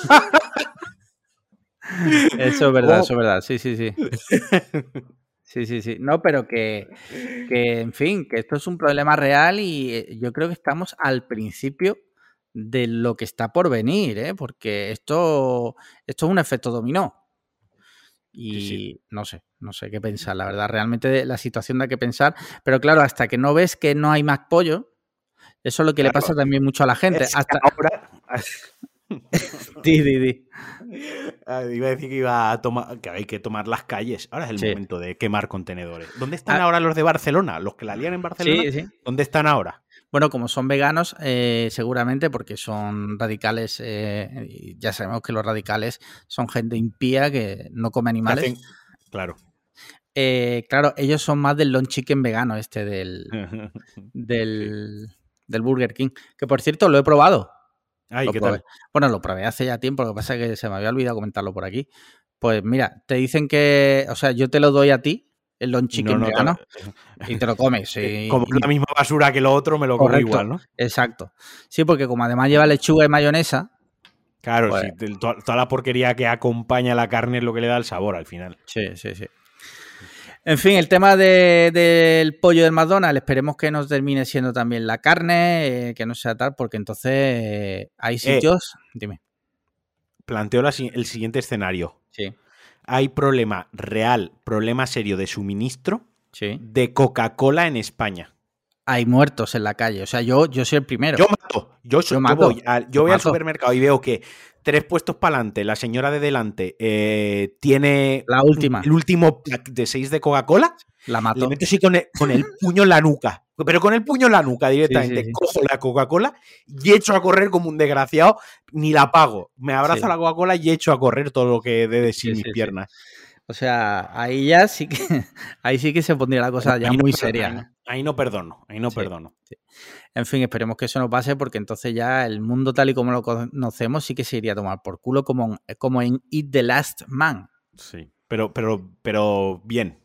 Eso es verdad, oh. eso es verdad. Sí, sí, sí. Sí, sí, sí. No, pero que, que, en fin, que esto es un problema real y yo creo que estamos al principio de lo que está por venir, ¿eh? Porque esto, esto es un efecto dominó. Y sí, sí. no sé, no sé qué pensar, la verdad. Realmente la situación da que pensar. Pero claro, hasta que no ves que no hay más pollo, eso es lo que claro. le pasa también mucho a la gente. Es hasta... ahora, Di, di, di. Ah, iba a decir que iba a tomar, que hay que tomar las calles. Ahora es el Sí. momento de quemar contenedores. ¿Dónde están Ah. ahora los de Barcelona? Los que la lían en Barcelona. Sí, sí. ¿Dónde están ahora? Bueno, como son veganos, eh, seguramente porque son radicales, eh, y ya sabemos que los radicales son gente impía que no come Que animales. hacen- Claro. Eh, claro, ellos son más del long chicken vegano, este del, del, del Burger King. Que por cierto, lo he probado. Ay, Lo ¿qué probé. tal? Bueno, lo probé hace ya tiempo, lo que pasa es que se me había olvidado comentarlo por aquí. Pues mira, te dicen que, o sea, yo te lo doy a ti, el long chicken No, no, vegano, ta- y te lo comes. Eh, y- Como es la misma basura que lo otro, me lo como Correcto, igual, ¿no? exacto. Sí, porque como además lleva lechuga y mayonesa, Claro, Pues- sí, te- toda, toda la porquería que acompaña la carne es lo que le da el sabor al final. sí, sí, sí. En fin, el tema de- del pollo del McDonald's, esperemos que nos termine siendo también la carne, eh, que no sea tal, porque entonces eh, hay sitios... Dime. Planteo la si- el siguiente escenario. Sí, Hay problema real, problema serio de suministro sí. de Coca-Cola en España. Hay muertos en la calle. O sea, yo, yo soy el primero. Yo mato. Yo, so- Yo yo mato. voy, al, yo Yo voy al mato. supermercado y veo que tres puestos para adelante, la señora de delante eh, tiene La última. el último pack de seis de Coca-Cola. La Le mato. meto así con el, con el puño en la nuca. Pero con el puño en la nuca directamente. Sí, sí, sí. Cojo la Coca-Cola y echo a correr como un desgraciado. Ni la pago. Me abrazo Sí. a la Coca-Cola y echo a correr todo lo que dé de sí, Sí, mis sí, sí. piernas. O sea, ahí ya sí que ahí sí que se pondría la cosa ya Ahí no muy per- seria. Ahí no, ahí no perdono. Ahí no Sí. perdono. En fin, esperemos que eso no pase porque entonces ya el mundo tal y como lo conocemos sí que se iría a tomar por culo como, como en Eat the Last Man. Sí. Pero, pero, pero bien.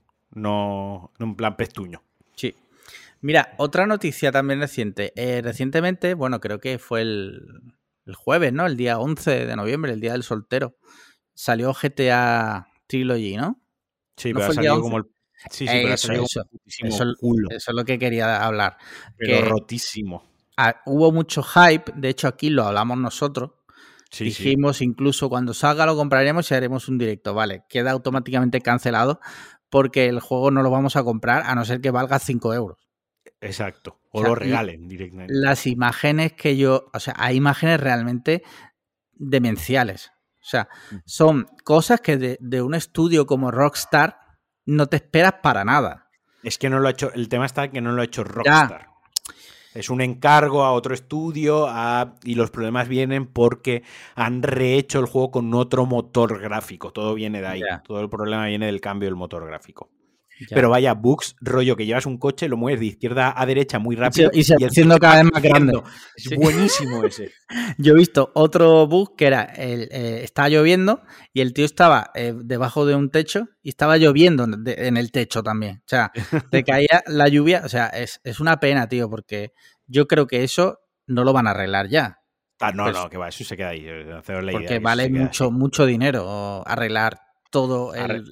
No, no en plan pestuño. Sí. Mira, otra noticia también reciente. Eh, recientemente, bueno, creo que fue el, el jueves, ¿no? El día once de noviembre, el día del soltero. Salió G T A Trilogy, ¿no? Sí, ¿No pero ha fue el día salido once? como el. Sí, sí, pero ha Eso, salido eso, como el putísimo eso, culo. eso es lo que quería hablar. Pero que rotísimo. ah, hubo mucho hype, de hecho aquí lo hablamos nosotros. Sí, Dijimos incluso cuando salga lo compraremos y haremos un directo. Vale, queda automáticamente cancelado porque el juego no lo vamos a comprar a no ser que valga cinco euros. sí. Exacto. O, O sea, lo regalen directamente. Las imágenes que yo... O sea, hay imágenes realmente demenciales. O sea, son cosas que de, de un estudio como Rockstar no te esperas para nada. Es que no lo ha hecho. El tema está que no lo ha hecho Rockstar. Ya. Es un encargo a otro estudio a, y los problemas vienen porque han rehecho el juego con otro motor gráfico. Todo viene de ahí. Ya. Todo el problema viene del cambio del motor gráfico. Ya. Pero vaya, bugs, rollo que llevas un coche, lo mueves de izquierda a derecha muy rápido. Y se va haciendo cada vez más grande. Es sí. buenísimo ese. Yo he visto otro bug que era, el, eh, estaba lloviendo y el tío estaba eh, debajo de un techo y estaba lloviendo de, en el techo también. O sea, te caía la lluvia. O sea, es, es una pena, tío, porque yo creo que eso no lo van a arreglar ya. Ah, no, pues, no, que va, eso se queda ahí. La porque idea vale mucho, así. mucho dinero arreglar todo el... Arre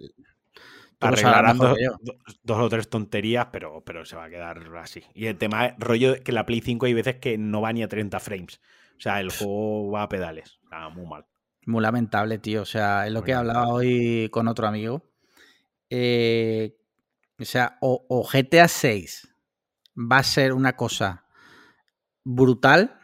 arreglar dos, dos, dos o tres tonterías, pero, pero se va a quedar así. Y el tema, rollo que la Play cinco hay veces que no va ni a treinta frames. O sea, el juego va a pedales. O sea, muy mal. Muy lamentable, tío. O sea, es lo muy que lamentable. Hablaba hoy con otro amigo. Eh, o sea, o, o G T A seis va a ser una cosa brutal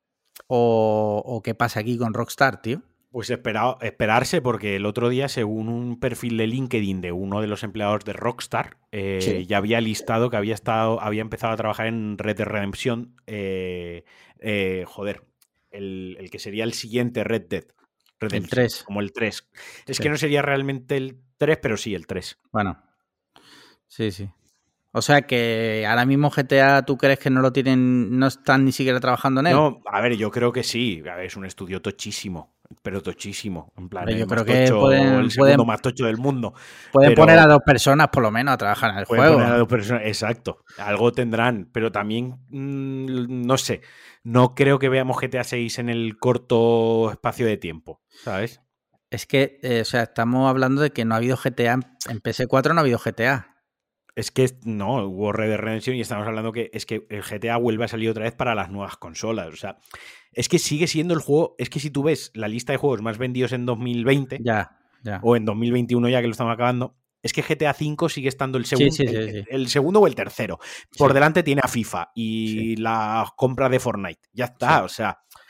o, o qué pasa aquí con Rockstar, tío. Pues espera, esperarse, porque el otro día, según un perfil de LinkedIn de uno de los empleados de Rockstar, eh, sí. ya había listado que había estado, había empezado a trabajar en Red Dead Redemption, eh, eh, joder, el, el que sería el siguiente Red Dead Redemption, el tres. Como el tres. Es sí. que no sería realmente el tres, pero sí el tres. Bueno, sí, sí. O sea que ahora mismo G T A, ¿tú crees que no lo tienen, no están ni siquiera trabajando en él? No, a ver, yo creo que sí. A ver, es un estudio tochísimo, pero tochísimo. En plan, yo creo tocho, que pueden, el segundo pueden, más tocho del mundo. Pueden pero poner a dos personas por lo menos a trabajar en el pueden juego. Poner a dos personas, exacto. Algo tendrán, pero también mmm, no sé. No creo que veamos G T A seis en el corto espacio de tiempo, ¿sabes? Es que, eh, o sea, estamos hablando de que no ha habido G T A en P S cuatro, no ha habido G T A. Es que no, hubo Red Dead Redemption y estamos hablando que es que el G T A vuelve a salir otra vez para las nuevas consolas. O sea, es que sigue siendo el juego. Es que si tú ves la lista de juegos más vendidos en dos mil veinte ya, ya. o en dos mil veintiuno ya que lo estamos acabando, es que G T A cinco sigue estando el segundo, sí, sí, sí, el, sí. el segundo o el tercero. Por sí. delante tiene a FIFA y sí. la compra de Fortnite. Ya está, sí. o sea.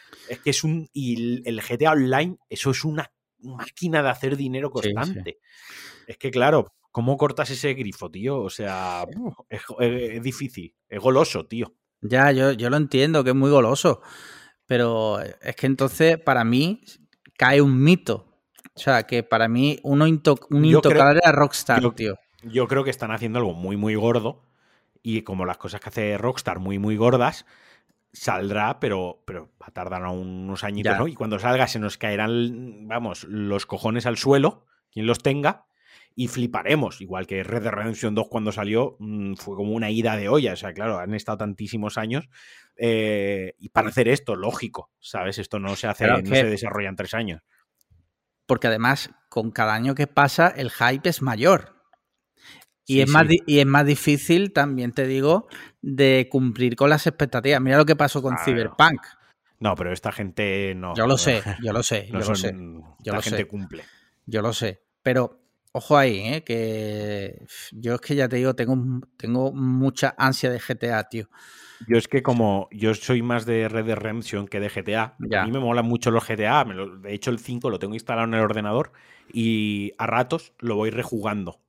Es que es un... Y el G T A Online, eso es una máquina de hacer dinero constante. Sí, sí. Es que, claro, ¿cómo cortas ese grifo, tío? O sea, es, es, es difícil. Es goloso, tío. Ya, yo, yo lo entiendo, que es muy goloso. Pero es que entonces, para mí, cae un mito. O sea, que para mí uno into, un yo intocable creo, era Rockstar, yo, tío. Yo creo que están haciendo algo muy, muy gordo. Y como las cosas que hace Rockstar muy, muy gordas, saldrá, pero, pero va a tardar unos añitos, ya. ¿no? Y cuando salga se nos caerán, vamos, los cojones al suelo, quien los tenga, y fliparemos. Igual que Red Dead Redemption dos cuando salió mmm, fue como una ida de olla. O sea, claro, han estado tantísimos años eh, y para hacer esto, lógico, ¿sabes? Esto no se hace, no se desarrolla en tres años. Porque además, con cada año que pasa, el hype es mayor. Y, sí, es más, sí. y es más difícil, también te digo, de cumplir con las expectativas. Mira lo que pasó con claro. Cyberpunk. No, pero esta gente no. Yo lo sé, yo lo sé, no yo son, lo sé. Yo la lo gente sé. cumple. Yo lo sé. Pero, ojo ahí, ¿eh? Que yo es que ya te digo, tengo, tengo mucha ansia de G T A, tío. Yo es que como yo soy más de Red Dead Redemption que de G T A, ya. A mí me molan mucho los G T A. Me lo, de hecho, el cinco lo tengo instalado en el ordenador y a ratos lo voy rejugando.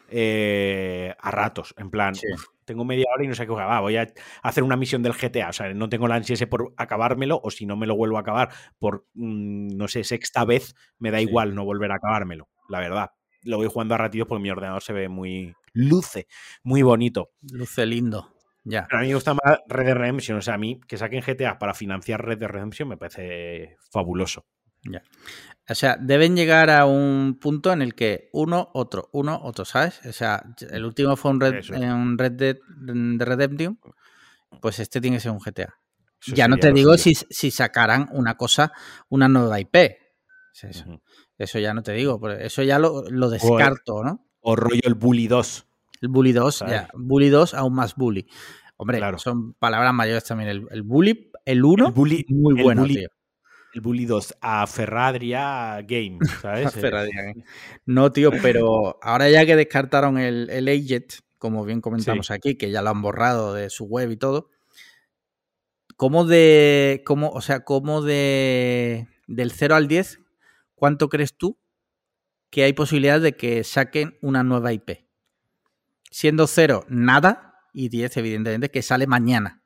Eh, a ratos, en plan, sí. uf, tengo media hora y no sé qué jugar, va, voy a hacer una misión del G T A, o sea, no tengo la ansia ese por acabármelo, o si no me lo vuelvo a acabar por, mmm, no sé, sexta vez, me da sí. igual no volver a acabármelo, la verdad. Lo voy jugando a ratitos porque mi ordenador se ve muy, luce, muy bonito. Luce lindo, ya. Pero a mí me gusta más Red Dead Redemption, o sea, a mí que saquen G T A para financiar Red Dead Redemption me parece fabuloso. Ya. O sea, deben llegar a un punto en el que uno, otro, uno, otro, ¿sabes? O sea, el último fue un Red, un Red Dead Redemption, pues este tiene que ser un G T A. Eso ya no te digo si, si sacaran una cosa, una nueva I P. Eso, uh-huh. eso ya no te digo, eso ya lo, lo descarto, ¿no? O rollo el Bully dos. El Bully dos, ¿sabes? Ya. Bully dos aún más Bully. Hombre, claro. son palabras mayores también. El, el Bully, el uno, el bully, muy bueno, el bully, tío. El Bully dos a Ferradria Game, ¿sabes? Ferradria Game. No, tío, pero ahora ya que descartaron el, el Agent, como bien comentamos sí. aquí, que ya lo han borrado de su web y todo, ¿cómo de, cómo, o sea, cómo de del cero al diez, cuánto crees tú que hay posibilidad de que saquen una nueva I P? Siendo cero, nada, y diez, evidentemente, que sale mañana.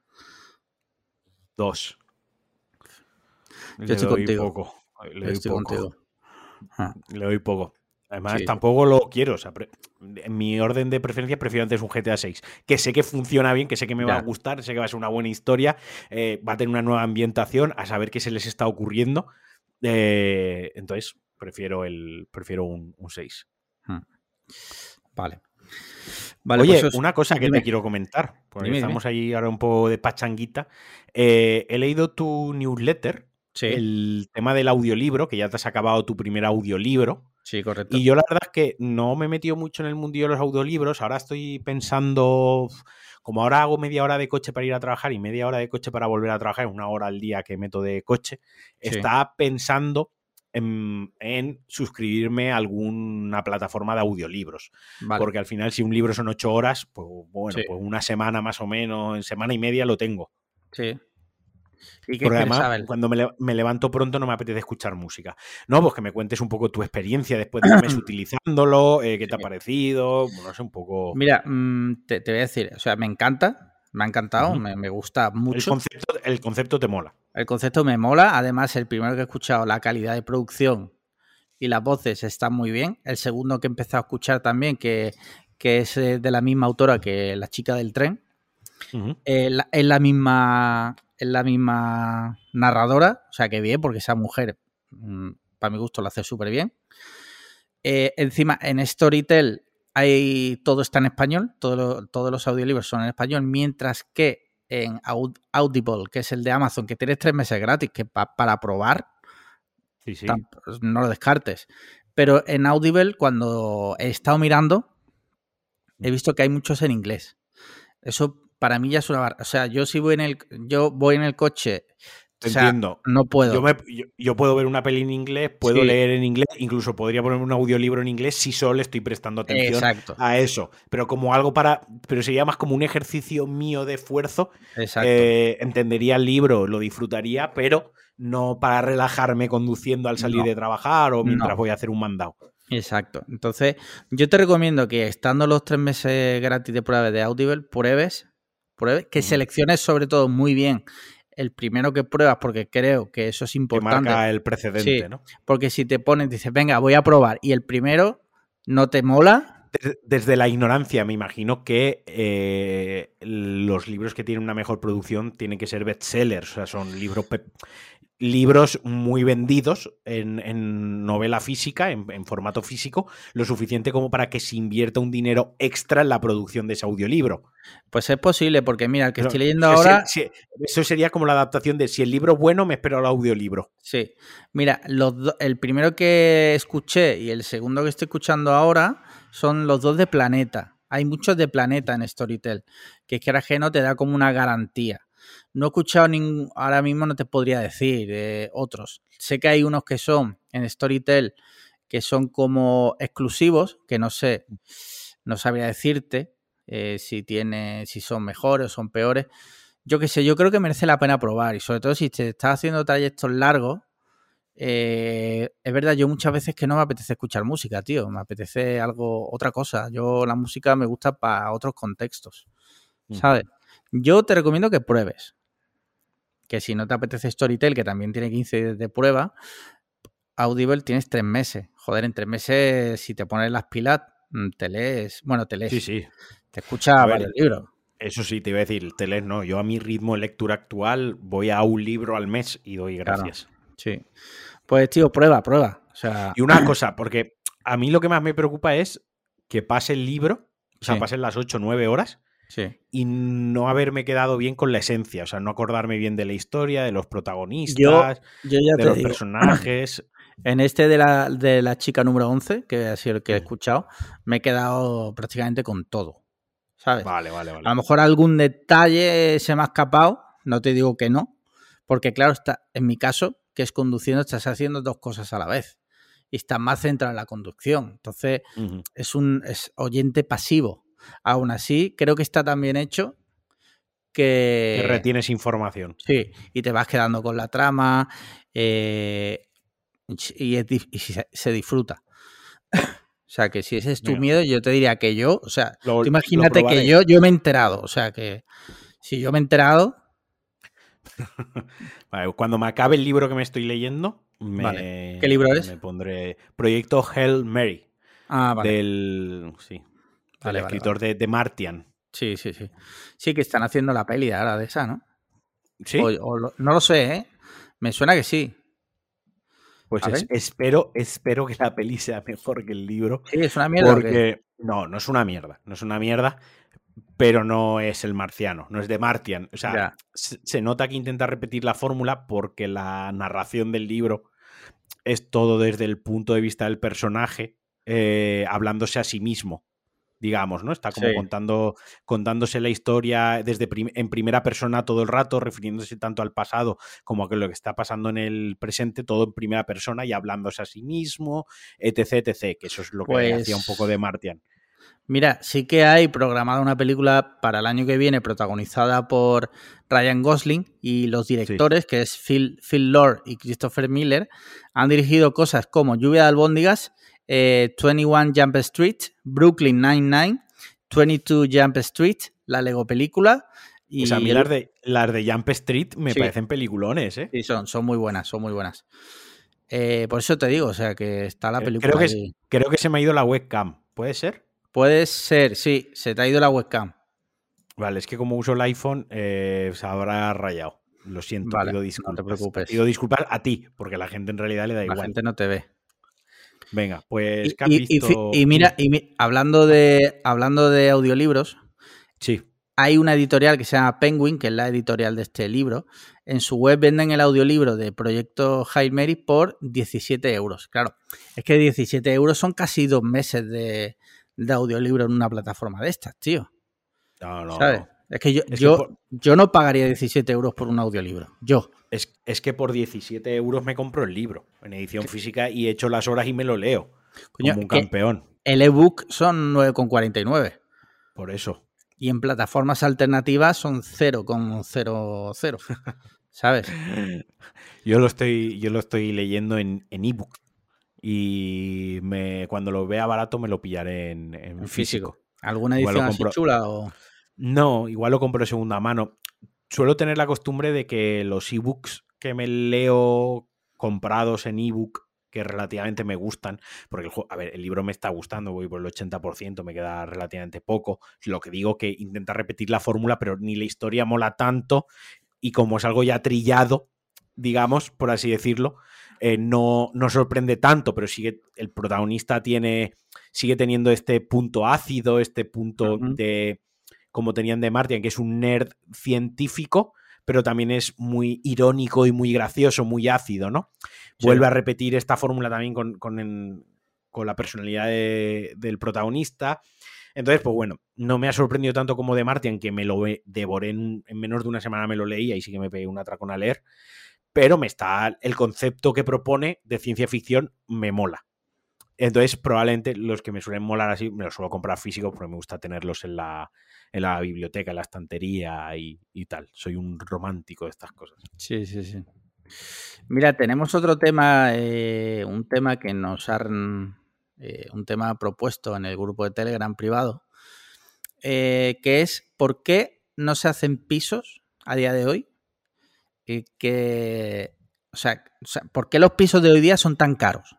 Dos. Yo Le estoy doy contigo. poco. Le doy estoy poco. contigo. Ah. Le doy poco. Además, sí. tampoco lo quiero. O sea, en mi orden de preferencia prefiero antes un G T A seis. Que sé que funciona bien, que sé que me ya. va a gustar, sé que va a ser una buena historia, eh, va a tener una nueva ambientación, a saber qué se les está ocurriendo. Eh, entonces, prefiero el prefiero un, un seis. Hmm. Vale. Vale. Oye, pues una cosa que dime. te quiero comentar, porque Dime, estamos dime. ahí ahora un poco de pachanguita. Eh, he leído tu newsletter, sí. el tema del audiolibro, que ya te has acabado tu primer audiolibro. Sí, correcto. Y yo la verdad es que no me he metido mucho en el mundillo de los audiolibros. Ahora estoy pensando, como ahora hago media hora de coche para ir a trabajar y media hora de coche para volver a trabajar, una hora al día que meto de coche, sí. Está pensando En, en suscribirme a alguna plataforma de audiolibros. Vale. Porque al final, si un libro son ocho horas, pues bueno, sí. pues una semana más o menos, en semana y media lo tengo. Sí. ¿Y qué Porque quieres además, saber? cuando me, le, me levanto pronto no me apetece escuchar música. No, pues que me cuentes un poco tu experiencia después de un mes utilizándolo, eh, qué sí. te ha parecido, no sé, un poco... Mira, mmm, te, te voy a decir, o sea, me encanta, me ha encantado, uh-huh. me, me gusta mucho. El concepto, el concepto te mola. El concepto me mola, además el primero que he escuchado, la calidad de producción y las voces están muy bien. El segundo que he empezado a escuchar también, que, que es de la misma autora que La chica del tren, uh-huh. eh, la, es, la misma, es la misma narradora, o sea que bien, porque esa mujer, mmm, para mi gusto, lo hace súper bien. Eh, encima, en Storytel hay, todo está en español, todo lo, todos los audiolibros son en español, mientras que en Audible, que es el de Amazon, que tienes tres meses gratis, que pa, para probar, sí, sí. no lo descartes. Pero en Audible, cuando he estado mirando, he visto que hay muchos en inglés. Eso para mí ya es una barra. O sea, yo si voy en el, yo voy en el coche Te O sea, entiendo. no puedo. Yo, me- yo- yo puedo ver una peli en inglés, puedo Sí. leer en inglés, incluso podría ponerme un audiolibro en inglés si solo le estoy prestando atención Exacto. a eso. Pero como algo para. Pero sería más como un ejercicio mío de esfuerzo. Exacto. Eh, entendería el libro, lo disfrutaría, pero no para relajarme conduciendo al salir No. de trabajar o mientras No. voy a hacer un mandado. Exacto. Entonces, yo te recomiendo que estando los tres meses gratis de prueba de Audible, pruebes, pruebes, que Ujú. selecciones sobre todo muy bien el primero que pruebas, porque creo que eso es Que importante. marca el precedente, Sí, ¿no? porque si te pones, dices, venga, voy a probar, y el primero no te mola, Desde, desde la ignorancia, me imagino que eh, los libros que tienen una mejor producción tienen que ser bestsellers, o sea, son libros, pe- libros muy vendidos en, en novela física, en, en formato físico, lo suficiente como para que se invierta un dinero extra en la producción de ese audiolibro. pues es posible, porque mira, el que Pero, estoy leyendo o sea, ahora, si- si- eso sería como la adaptación de si el libro es bueno, me espero al audiolibro. sí, mira, los do- el primero que escuché y el segundo que estoy escuchando ahora son los dos de Planeta. Hay muchos de Planeta en Storytel, que es que ahora que no te da como una garantía. No he escuchado ningún, ahora mismo no te podría decir eh, otros. Sé que hay unos que son en Storytel que son como exclusivos, que no sé, no sabría decirte eh, si tiene, si son mejores o son peores. Yo qué sé, yo creo que merece la pena probar y sobre todo si te estás haciendo trayectos largos. Eh, es verdad, yo muchas veces que no me apetece escuchar música, tío, me apetece algo, otra cosa. Yo la música me gusta para otros contextos, ¿sabes? Yo te recomiendo que pruebes, que si no te apetece Storytel, que también tiene quince días de prueba, Audible tienes tres meses. Joder, en tres meses, si te pones las pilas, mm, te lees, bueno, te lees, Sí, sí. te escuchas A ver, varios libros. eso sí, te iba a decir, te lees, no. Yo a mi ritmo de lectura actual voy a un libro al mes y doy gracias. Claro, sí. Pues, tío, prueba, prueba. O sea, Y una cosa, porque a mí lo que más me preocupa es que pase el libro, o sea, sí, pasen las ocho o nueve horas sí. y no haberme quedado bien con la esencia, o sea, no acordarme bien de la historia, de los Yo, protagonistas, yo ya de te los digo, personajes. en este de la, de la chica número once, que ha sido el que he Mm. escuchado, me he quedado prácticamente con todo, ¿sabes? Vale, vale, A lo vale. mejor algún detalle se me ha escapado, no te digo que no, porque claro, está, en mi caso, que es conduciendo, estás haciendo dos cosas a la vez y estás más centrado en la conducción. Entonces, Ujú. es un es oyente pasivo. Aún así, creo que está tan bien hecho Que que retienes información. sí, y te vas quedando con la trama eh, y, es dif- y se, se disfruta. O sea, que si ese es tu Venga, miedo, yo te diría que yo, o sea, lo, tú lo imagínate que probaré. yo, yo me he enterado, o sea, que si yo me he enterado, Vale, cuando me acabe el libro que me estoy leyendo, me, vale. ¿Qué libro es? me pondré Proyecto Hail Mary, Ah, vale. del, sí, del Vale, vale, escritor vale. de, de Martian. Sí, sí, sí. Sí, que están haciendo la peli ahora de esa, ¿no? ¿Sí? O, o lo- no lo sé, ¿eh? Me suena que sí. Pues A es- ver. espero, espero que la peli sea mejor que el libro. Sí, es una mierda. ¿O qué? Porque. No, no es una mierda. No es una mierda. Pero no es el marciano. No es de Martian. O sea, Ya. se, se nota que intenta repetir la fórmula porque la narración del libro es todo desde el punto de vista del personaje eh, hablándose a sí mismo. Digamos, ¿no? Está como Sí. contando, contándose la historia desde prim- en primera persona todo el rato, refiriéndose tanto al pasado como a lo que está pasando en el presente, todo en primera persona y hablándose a sí mismo, etc, etcétera. Que eso es lo que Pues hacía un poco de Martian. mira, sí que hay programada una película para el año que viene protagonizada por Ryan Gosling y los directores, que es Phil, Phil Lord y Christopher Miller, han dirigido cosas como Lluvia de albóndigas, eh, veintiuno Jump Street, Brooklyn Nine-Nine, veintidós Jump Street, la Lego película. Y O sea, a mí el- las de, las de Jump Street me Sí. parecen peliculones, ¿eh? Sí, son, son muy buenas, son muy buenas. Eh, por eso te digo, o sea, que está la Creo- película Creo que, es- ahí. creo que se me ha ido la webcam. ¿Puede ser? Puede ser, sí, se te ha ido la webcam. Vale, es que como uso el iPhone eh, se habrá rayado. Lo siento, Vale, pido no te disculpas. preocupes. Pido disculpas a ti, porque a la gente en realidad le da La igual. gente no te ve. Venga, pues Y, ¿qué has y- y visto? fi- y mira, y mi- hablando de hablando de audiolibros, Sí. hay una editorial que se llama Penguin, que es la editorial de este libro. En su web venden el audiolibro de Proyecto Hail Mary por diecisiete euros. Claro, es que diecisiete euros son casi dos meses de, de audiolibro en una plataforma de estas, tío. No, no, ¿Sabes? no. Es que yo, Es yo, que por, yo no pagaría diecisiete euros por un audiolibro. Yo. es, es que por diecisiete euros me compro el libro en edición física y echo las horas y me lo leo. Coño, Como un que campeón. el ebook son nueve con cuarenta y nueve. Por eso. Y en plataformas alternativas son cero con cero cero. ¿Sabes? Yo lo estoy, yo lo estoy leyendo en, en ebook. Y me, cuando lo vea barato me lo pillaré en, en, En físico. físico. ¿Alguna Igual lo edición así compro- chula? O... No, igual lo compro de segunda mano. Suelo tener la costumbre de que los ebooks que me leo comprados en ebook, que relativamente me gustan, porque el, a ver, el libro me está gustando, voy por el ochenta por ciento, me queda relativamente poco. Lo que digo que intenta repetir la fórmula, pero ni la historia mola tanto, y como es algo ya trillado, digamos, por así decirlo, eh, no, no sorprende tanto, pero sigue, el protagonista tiene, sigue teniendo este punto ácido, este punto uh-huh. de, como tenían de Martin, que es un nerd científico, pero también es muy irónico y muy gracioso, muy ácido, ¿no? Sí. Vuelve a repetir esta fórmula también con, con, en, con la personalidad de, del protagonista. Entonces, pues bueno, no me ha sorprendido tanto como de Martin, que me lo devoré en, en menos de una semana, me lo leí, ahí sí que me pegué un atracón a leer, pero me está, el concepto que propone de ciencia ficción me mola. Entonces, probablemente los que me suelen molar así, me los suelo comprar físicos porque me gusta tenerlos en la, en la biblioteca, en la estantería y, y tal. Soy un romántico de estas cosas. Sí, sí, sí. Mira, tenemos otro tema, eh, un tema que nos han, eh, un tema propuesto en el grupo de Telegram privado, eh, que es ¿por qué no se hacen pisos a día de hoy? Y que, o sea, o sea, ¿por qué los pisos de hoy día son tan caros?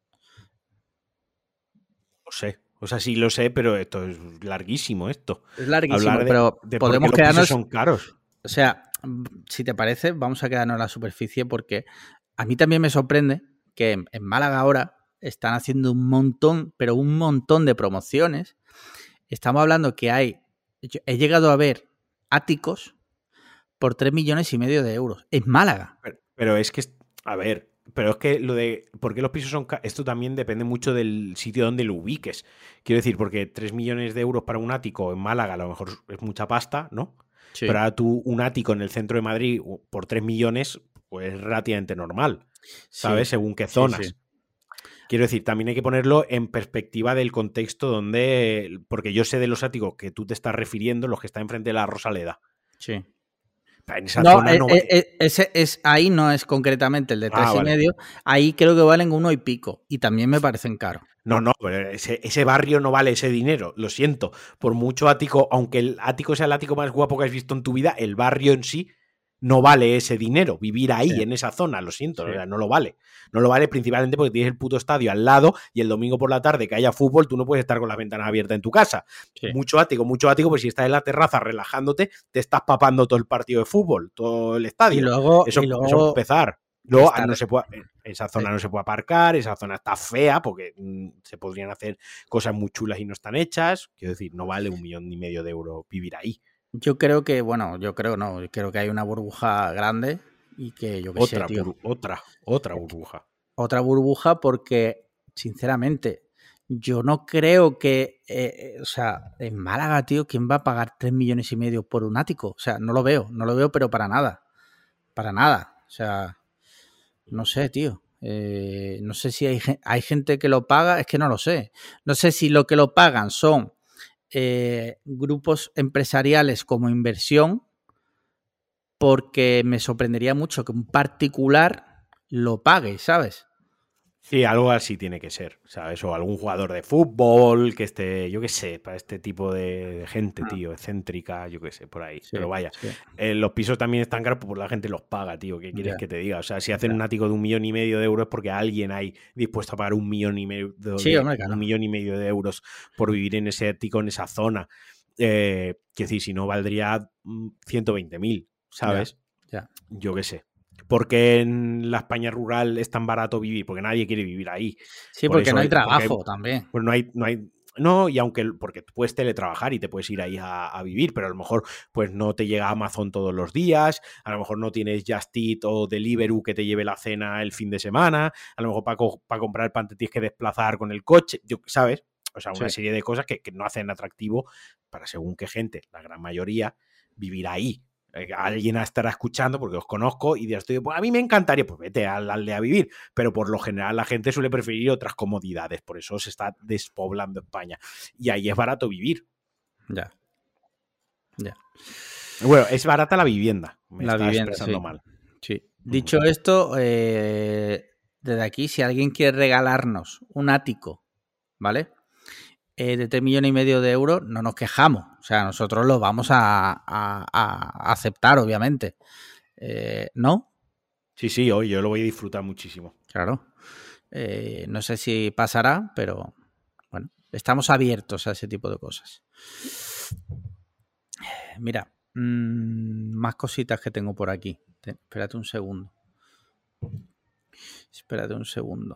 No sé. O sea, sí lo sé, pero esto es larguísimo esto. Es larguísimo, Hablar de, pero de podemos por qué los quedarnos... pisos son caros. O sea, si te parece, vamos a quedarnos en la superficie porque a mí también me sorprende que en, en Málaga ahora están haciendo un montón, pero un montón de promociones. Estamos hablando que hay... Yo he llegado a ver áticos por tres millones y medio de euros. En Málaga. Pero, pero es que... A ver... Pero es que lo de por qué los pisos son caros, esto también depende mucho del sitio donde lo ubiques. Quiero decir, porque tres millones de euros para un ático en Málaga a lo mejor es mucha pasta, ¿no? Sí. Pero ahora tú, un ático en el centro de Madrid por tres millones, pues es relativamente normal, ¿sabes? Sí. Según qué zonas. Sí, sí. Quiero decir, también hay que ponerlo en perspectiva del contexto donde... Porque yo sé de los áticos que tú te estás refiriendo, los que están enfrente de la Rosaleda. Sí. En esa no, zona es, no es, es, es, ahí no es concretamente el de tres ah, y vale. medio. Ahí creo que valen uno y pico. Y también me parecen caros. No, no, pero ese, ese barrio no vale ese dinero, lo siento. Por mucho ático, aunque el ático sea el ático más guapo que has visto en tu vida, el barrio en sí no vale ese dinero. Vivir ahí, sí. en esa zona, lo siento, sí. o sea, no lo vale. No lo vale principalmente porque tienes el puto estadio al lado y el domingo por la tarde que haya fútbol, tú no puedes estar con las ventanas abiertas en tu casa. Sí. Mucho ático, mucho ático, pues si estás en la terraza relajándote, te estás papando todo el partido de fútbol, todo el estadio. Y luego, eso, y luego... eso empezar. Luego no se puede, esa zona no se puede aparcar, esa zona está fea porque mmm, se podrían hacer cosas muy chulas y no están hechas. Quiero decir, no vale un millón y medio de euros vivir ahí. Yo creo que, bueno, yo creo no, creo que hay una burbuja grande y que yo que otra, sé, tío. Bur otra, otra burbuja. Otra burbuja porque, sinceramente, yo no creo que, eh, o sea, en Málaga, tío, ¿quién va a pagar tres millones y medio por un ático? O sea, no lo veo, no lo veo, pero para nada, para nada. O sea, no sé, tío. Eh, no sé si hay, hay gente que lo paga, es que no lo sé. No sé si lo que lo pagan son eh, grupos empresariales como inversión, porque me sorprendería mucho que un particular lo pague, ¿sabes? Sí, algo así tiene que ser, ¿sabes? O algún jugador de fútbol que esté, yo qué sé, para este tipo de gente, tío, excéntrica, yo qué sé, por ahí. Sí, pero vaya, sí. eh, los pisos también están caros, pues la gente los paga, tío. ¿Qué quieres yeah. que te diga? O sea, si hacen yeah. un ático de un millón y medio de euros es porque alguien hay dispuesto a pagar un millón y medio de, sí, hombre, claro. un millón y medio de euros por vivir en ese ático, en esa zona. Eh, que decir, si no valdría ciento veinte mil, ¿sabes? Yeah. Yeah. Yo qué sé. Porque en la España rural es tan barato vivir, porque nadie quiere vivir ahí. Sí, Por porque eso, no hay trabajo hay, también. Pues no hay, no hay, no, y aunque, porque puedes teletrabajar y te puedes ir ahí a, a vivir, pero a lo mejor pues no te llega Amazon todos los días, a lo mejor no tienes Just Eat o Deliveroo que te lleve la cena el fin de semana, a lo mejor para, para comprar el pan te tienes que desplazar con el coche, ¿sabes? O sea, una sí. serie de cosas que, que no hacen atractivo para según qué gente, la gran mayoría, vivir ahí. Alguien estará escuchando porque os conozco y dirás, pues a mí me encantaría, pues vete a la aldea a vivir, pero por lo general la gente suele preferir otras comodidades, por eso se está despoblando España y ahí es barato vivir. Ya, ya. Bueno, es barata la vivienda, me la está vivienda, expresando sí. mal. Sí. Dicho uh-huh. esto, eh, desde aquí, si alguien quiere regalarnos un ático, ¿vale? Eh, de tres millones y medio de euros, no nos quejamos. O sea, nosotros lo vamos a, a, a aceptar, obviamente. Eh, ¿No? Sí, sí, hoy yo lo voy a disfrutar muchísimo. Claro. Eh, no sé si pasará, pero bueno, estamos abiertos a ese tipo de cosas. Mira, mmm, más cositas que tengo por aquí. Te, espérate un segundo. Espérate un segundo.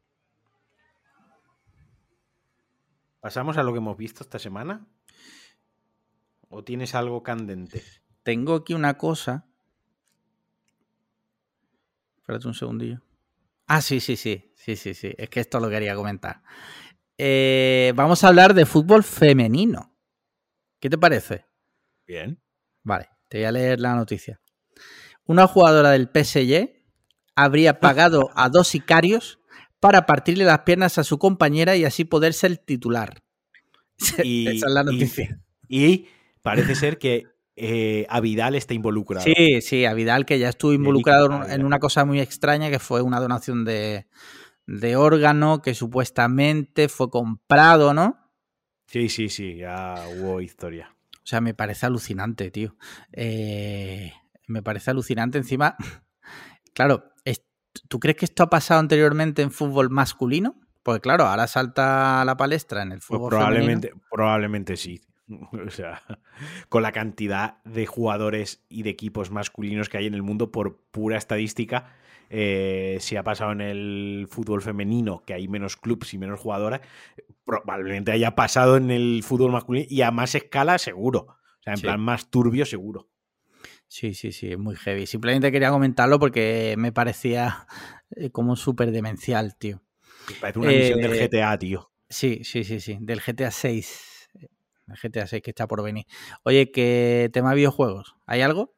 ¿Pasamos a lo que hemos visto esta semana? ¿O tienes algo candente? Tengo aquí una cosa. Espérate un segundillo. Ah, sí, sí, sí. Sí, sí, sí. Es que esto lo quería comentar. Eh, vamos a hablar de fútbol femenino. ¿Qué te parece? Bien. Vale, te voy a leer la noticia. Una jugadora del P S G habría pagado a dos sicarios para partirle las piernas a su compañera y así poder ser titular. Y, esa es la noticia. Y, y parece ser que eh, a Vidal está involucrado. Sí, sí, a Vidal, que ya estuvo involucrado en una cosa muy extraña, que fue una donación de, de órgano que supuestamente fue comprado, ¿no? Sí, sí, sí, ya hubo historia. O sea, me parece alucinante, tío. Eh, me parece alucinante. Encima, claro, ¿tú crees que esto ha pasado anteriormente en fútbol masculino? Porque claro, ahora salta a la palestra en el fútbol pues probablemente, femenino. Probablemente sí. O sea, con la cantidad de jugadores y de equipos masculinos que hay en el mundo, por pura estadística, eh, si ha pasado en el fútbol femenino, que hay menos clubs y menos jugadoras, probablemente haya pasado en el fútbol masculino y a más escala seguro. O sea, en sí. plan más turbio seguro. Sí, sí, sí, es muy heavy. Simplemente quería comentarlo porque me parecía como súper demencial, tío. Me parece una eh, misión del G T A, tío. Sí, sí, sí, sí, del G T A seis. El G T A seis que está por venir. Oye, ¿qué tema videojuegos? ¿Hay algo?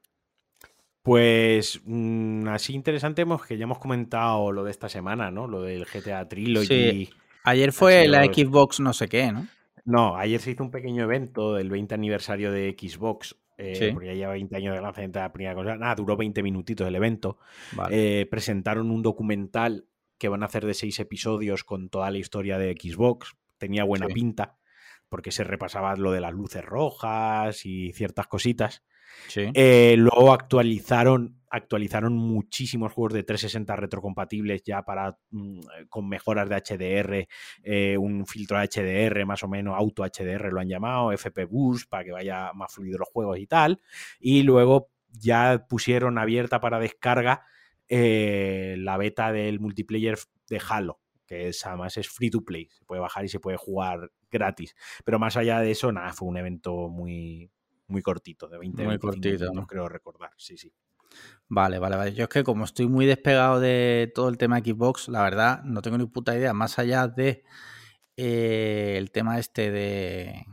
Pues mmm, así interesante hemos que ya hemos comentado lo de esta semana, ¿no? Lo del G T A Trilogy. Sí. Ayer fue la Xbox no sé qué, ¿no? No, ayer se hizo un pequeño evento del veinte aniversario de Xbox, eh, sí. porque ya lleva veinte años de lanzamiento de la primera cosa. Nada, duró veinte minutitos el evento. Vale. Eh, presentaron un documental que van a hacer de seis episodios con toda la historia de Xbox. Tenía buena sí. pinta, porque se repasaba lo de las luces rojas y ciertas cositas. Sí. Eh, luego actualizaron, actualizaron muchísimos juegos de trescientos sesenta retrocompatibles ya para mm, con mejoras de H D R, eh, un filtro H D R más o menos, auto H D R lo han llamado, F P Boost para que vaya más fluido los juegos y tal. Y luego ya pusieron abierta para descarga eh, la beta del multiplayer de Halo, que es, además es free to play, se puede bajar y se puede jugar gratis. Pero más allá de eso, nada, fue un evento muy... muy cortito, de veinte, muy veinticinco cortito, minutos, ¿no? Creo recordar, sí, sí. Vale, vale, vale. Yo es que como estoy muy despegado de todo el tema Xbox, la verdad, no tengo ni puta idea, más allá de eh, el tema este de...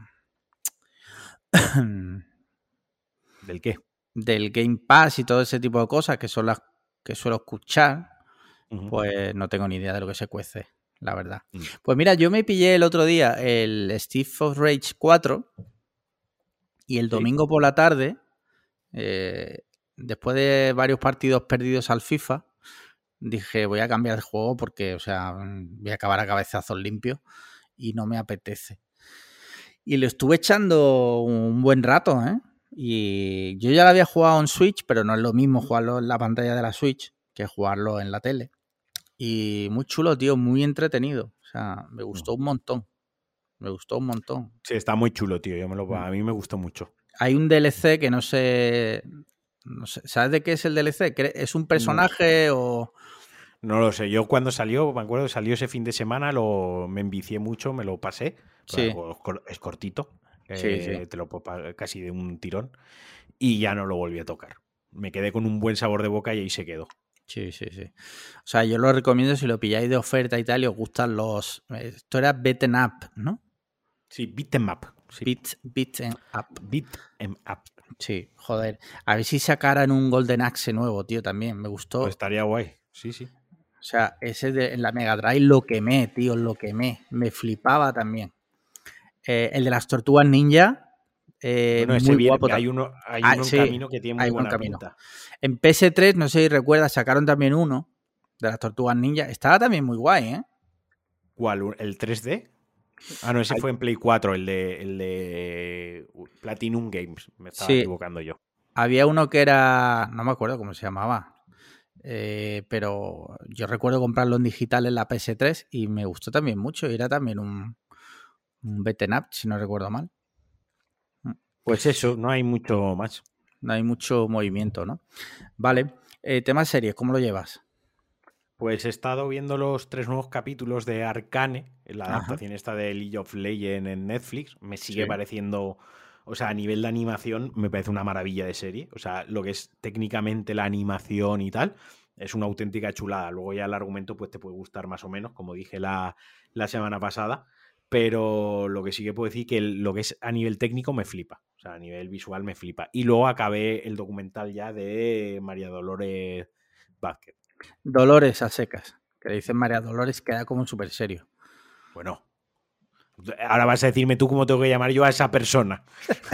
¿Del qué? Del Game Pass y todo ese tipo de cosas, que son las que suelo escuchar, uh-huh. Pues no tengo ni idea de lo que se cuece, la verdad. Uh-huh. Pues mira, yo me pillé el otro día el Steve of Rage cuatro y el domingo ¿Sí? por la tarde, eh, después de varios partidos perdidos al FIFA, dije, voy a cambiar de juego porque, o sea, voy a acabar a cabezazos limpios y no me apetece. Y lo estuve echando un buen rato, ¿eh? Y yo ya lo había jugado en Switch, pero no es lo mismo jugarlo en la pantalla de la Switch que jugarlo en la tele. Y muy chulo, tío, muy entretenido. O sea, me gustó un montón. Me gustó un montón. Sí, está muy chulo, tío. Yo me lo... A mí me gustó mucho. Hay un D L C que no sé... No sé, ¿sabes de qué es el D L C? ¿Es un personaje no. o...? No lo sé. Yo cuando salió, me acuerdo, salió ese fin de semana, lo, me envicié mucho, me lo pasé. Sí. Es cortito. Sí, eh, sí. Te lo puedo casi de un tirón. Y ya no lo volví a tocar. Me quedé con un buen sabor de boca y ahí se quedó. Sí, sí, sí. O sea, yo lo recomiendo si lo pilláis de oferta y tal y os gustan los... Esto era beat'em up, ¿no? Sí, beat'em up. Sí. Beat, beat'em up. Beat'em up. Sí, joder. A ver si sacaran un Golden Axe nuevo, tío, también. Me gustó. Pues estaría guay. Sí, sí. O sea, ese de en la Mega Drive lo quemé, tío, lo quemé. Me flipaba también. Eh, el de las Tortugas Ninja, eh, Bueno, ese muy viene, guapo hay también. uno, hay Ah, uno en sí, camino que tiene muy hay un buena camino. pinta. En P S tres, no sé si recuerdas, sacaron también uno de las Tortugas Ninja. Estaba también muy guay, ¿eh? ¿Cuál? ¿El tres D? Ah, no, ese Ay, fue en Play cuatro, el de, el de Platinum Games. Me estaba sí, equivocando yo. había uno que era, no me acuerdo cómo se llamaba, eh, pero yo recuerdo comprarlo en digital en la P S tres y me gustó también mucho. Y era también un, un beat'em up, si no recuerdo mal. Pues eso, no hay mucho más. No hay mucho movimiento, ¿no? Vale. Eh, tema series, ¿cómo lo llevas? Pues he estado viendo los tres nuevos capítulos de Arcane, la Ajá. adaptación esta de League of Legends en Netflix. Me sigue Sí. pareciendo, o sea, a nivel de animación, me parece una maravilla de serie. O sea, lo que es técnicamente la animación y tal, es una auténtica chulada. Luego ya el argumento, pues te puede gustar más o menos, como dije la, la semana pasada. Pero lo que sí que puedo decir que el- lo que es a nivel técnico me flipa. O sea, a nivel visual me flipa. Y luego acabé el documental ya de María Dolores Vázquez. Dolores a secas, que le dicen María Dolores, queda como súper serio. Bueno, ahora vas a decirme tú cómo tengo que llamar yo a esa persona.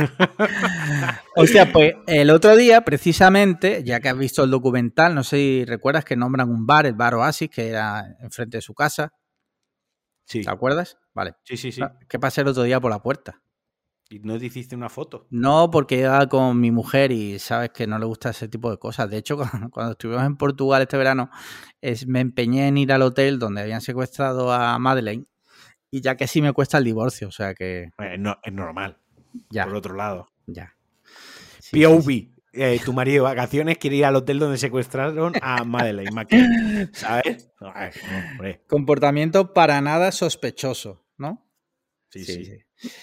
Hostia, pues el otro día, precisamente, ya que has visto el documental, no sé si recuerdas que nombran un bar, el bar Oasis, que era enfrente de su casa. Sí, ¿Te acuerdas? Vale. sí, sí, sí. ¿Qué pasé el otro día por la puerta? ¿Y no te hiciste una foto? No, porque iba con mi mujer y sabes que no le gusta ese tipo de cosas. De hecho, cuando, cuando estuvimos en Portugal este verano, es, me empeñé en ir al hotel donde habían secuestrado a Madeleine y ya que sí me cuesta el divorcio, o sea que Eh, no, es normal. ya, Por otro lado. ya. Sí, P O V. sí, sí. Eh, tu marido de vacaciones quiere ir al hotel donde secuestraron a Madeleine McCann. ¿Sabes? Ay, no, hombre. Comportamiento para nada sospechoso, ¿no? Sí, sí. sí.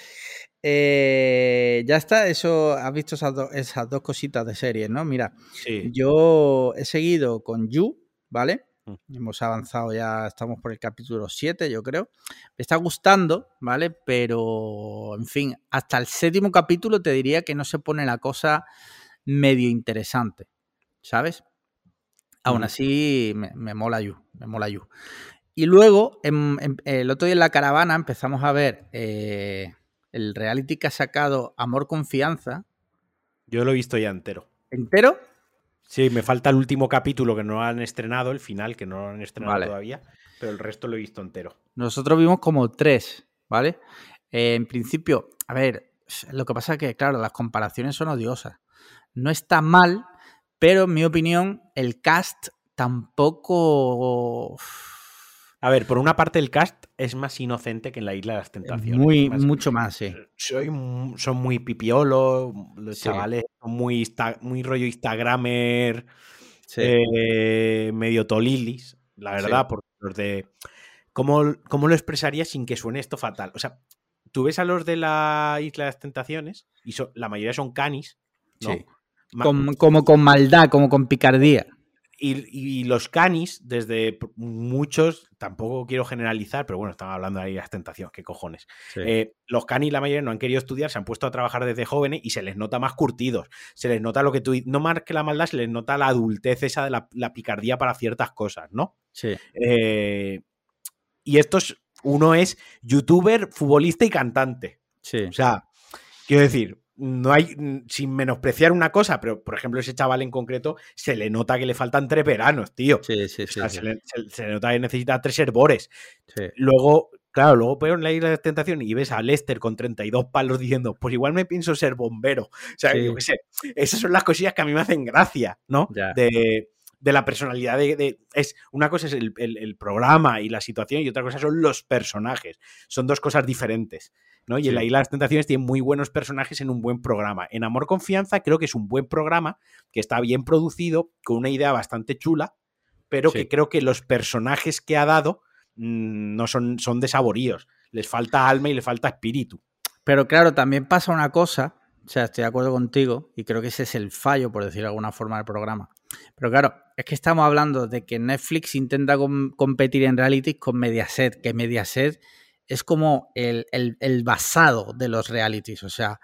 Eh, ya está, eso, has visto esas, do, esas dos cositas de series, ¿no? Mira, Sí. yo he seguido con You, ¿vale? Mm. Hemos avanzado ya, estamos por el capítulo siete, yo creo. Me está gustando, ¿vale? Pero, en fin, hasta el séptimo capítulo te diría que no se pone la cosa medio interesante, ¿sabes? Aún Mm. así, me, me mola You, me mola You. Y luego, en, en, el otro día en la caravana empezamos a ver eh, el reality que ha sacado Amor Confianza. Yo lo he visto ya entero. ¿Entero? Sí, me falta el último capítulo que no han estrenado, el final, que no lo han estrenado Vale. todavía, pero el resto lo he visto entero. Nosotros vimos como tres, ¿vale? Eh, en principio, a ver, lo que pasa es que, claro, las comparaciones son odiosas. No está mal, pero en mi opinión, el cast tampoco... A ver, por una parte el cast es más inocente que en la Isla de las Tentaciones. Muy, más, mucho más, sí. Soy, son muy pipiolos, los Sí. chavales son muy, insta, muy rollo instagramer, Sí. eh, medio tolilis, la verdad, sí. Por los de... ¿Cómo, ¿Cómo lo expresaría sin que suene esto fatal? O sea, tú ves a los de la Isla de las Tentaciones y son, la mayoría son canis, ¿no? Sí. Como, como con maldad, como con picardía. Y, y los canis, desde muchos, tampoco quiero generalizar, pero bueno, estamos hablando ahí de las tentaciones, qué cojones. Sí. Eh, los canis, la mayoría no han querido estudiar, se han puesto a trabajar desde jóvenes y se les nota más curtidos. Se les nota lo que tú, no más que la maldad, se les nota la adultez esa de la, la picardía para ciertas cosas, ¿no? Sí. Eh, y estos, uno es youtuber, futbolista y cantante. Sí. O sea, quiero decir, no hay, sin menospreciar una cosa, pero por ejemplo ese chaval en concreto se le nota que le faltan tres veranos, tío. Sí, sí, o sea, sí, se, sí. Le, se, se le nota que necesita tres herbores. Sí. Luego, claro, luego veo en la Isla de Tentación y ves a Lester con treinta y dos palos diciendo, pues igual me pienso ser bombero. O sea, sí. Yo qué sé, esas son las cosillas que a mí me hacen gracia, ¿no? Ya. De, de la personalidad de, de... es una cosa es el, el, el programa y la situación y otra cosa son los personajes. Son dos cosas diferentes. ¿No? Y sí. En la Isla de las Tentaciones tiene muy buenos personajes en un buen programa. En Amor Confianza creo que es un buen programa, que está bien producido, con una idea bastante chula, pero sí. Que creo que los personajes que ha dado mmm, no son, son desaboríos. Les falta alma y les falta espíritu. Pero claro, también pasa una cosa, o sea, estoy de acuerdo contigo, y creo que ese es el fallo, por decir de alguna forma, del programa. Pero claro, es que estamos hablando de que Netflix intenta com- competir en realities con Mediaset, que Mediaset es como el, el, el basado de los realities, o sea,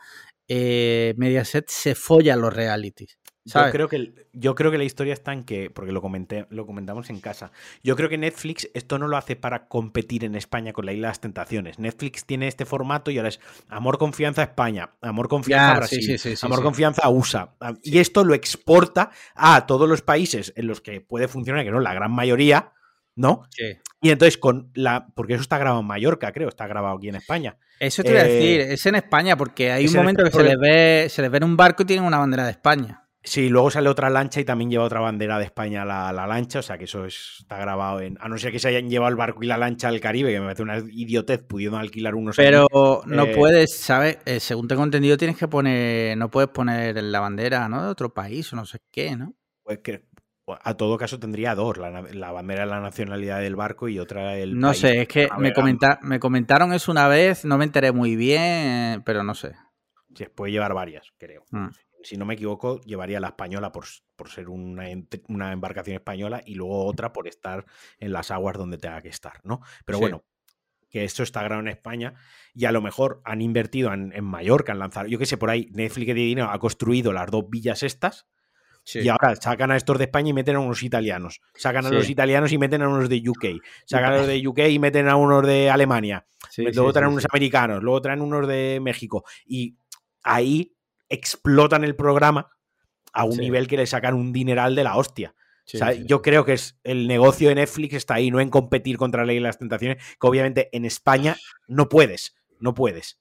eh, Mediaset se folla los realities. ¿sabes? Yo creo que yo creo que la historia está en que, porque lo comenté, lo comentamos en casa. Yo creo que Netflix esto no lo hace para competir en España con la Isla de las Tentaciones. Netflix tiene este formato y ahora es amor, confianza España, amor, confianza Ya, Brasil, sí, sí, sí, amor, sí. confianza U S A. Y esto lo exporta a todos los países en los que puede funcionar, que no la gran mayoría, ¿no? Sí. Y entonces con la, porque eso está grabado en Mallorca, creo, está grabado aquí en España. Eso te iba a Eh, decir, es en España, porque hay es un en momento que se España, les ve, se les ve en un barco y tienen una bandera de España. Sí, luego sale otra lancha y también lleva otra bandera de España la, la lancha, o sea que eso es- está grabado en... A no ser que se hayan llevado el barco y la lancha al Caribe, que me parece una idiotez pudiendo alquilar unos Pero allí. no Eh, puedes, ¿sabes? Eh, según tengo entendido, tienes que poner, no puedes poner la bandera, ¿no? De otro país o no sé qué, ¿no? pues que a todo caso tendría dos, la, na- la bandera de la nacionalidad del barco y otra el No país sé, es que está me, navegando. comenta- me comentaron eso una vez, no me enteré muy bien, eh, pero no sé. Sí, puede llevar varias, creo. Mm. Si no me equivoco, llevaría la española por, por ser una, ent- una embarcación española y luego otra por estar en las aguas donde tenga que estar, ¿no? Pero Sí. bueno, que esto está grabado en España y a lo mejor han invertido en, en Mallorca, en lanzar, yo qué sé, por ahí Netflix que tiene dinero ha construido las dos villas estas Sí. y ahora sacan a estos de España y meten a unos italianos, sacan a Sí. los italianos y meten a unos de U K, sacan a los de U K y meten a unos de Alemania, Sí, luego sí, traen sí, unos sí. americanos, luego traen unos de México y ahí explotan el programa a un Sí. nivel que le sacan un dineral de la hostia. Sí, O sea, sí, yo sí. creo que es el negocio de Netflix está ahí, no en competir contra la Ley de las Tentaciones, que obviamente en España no puedes, no puedes.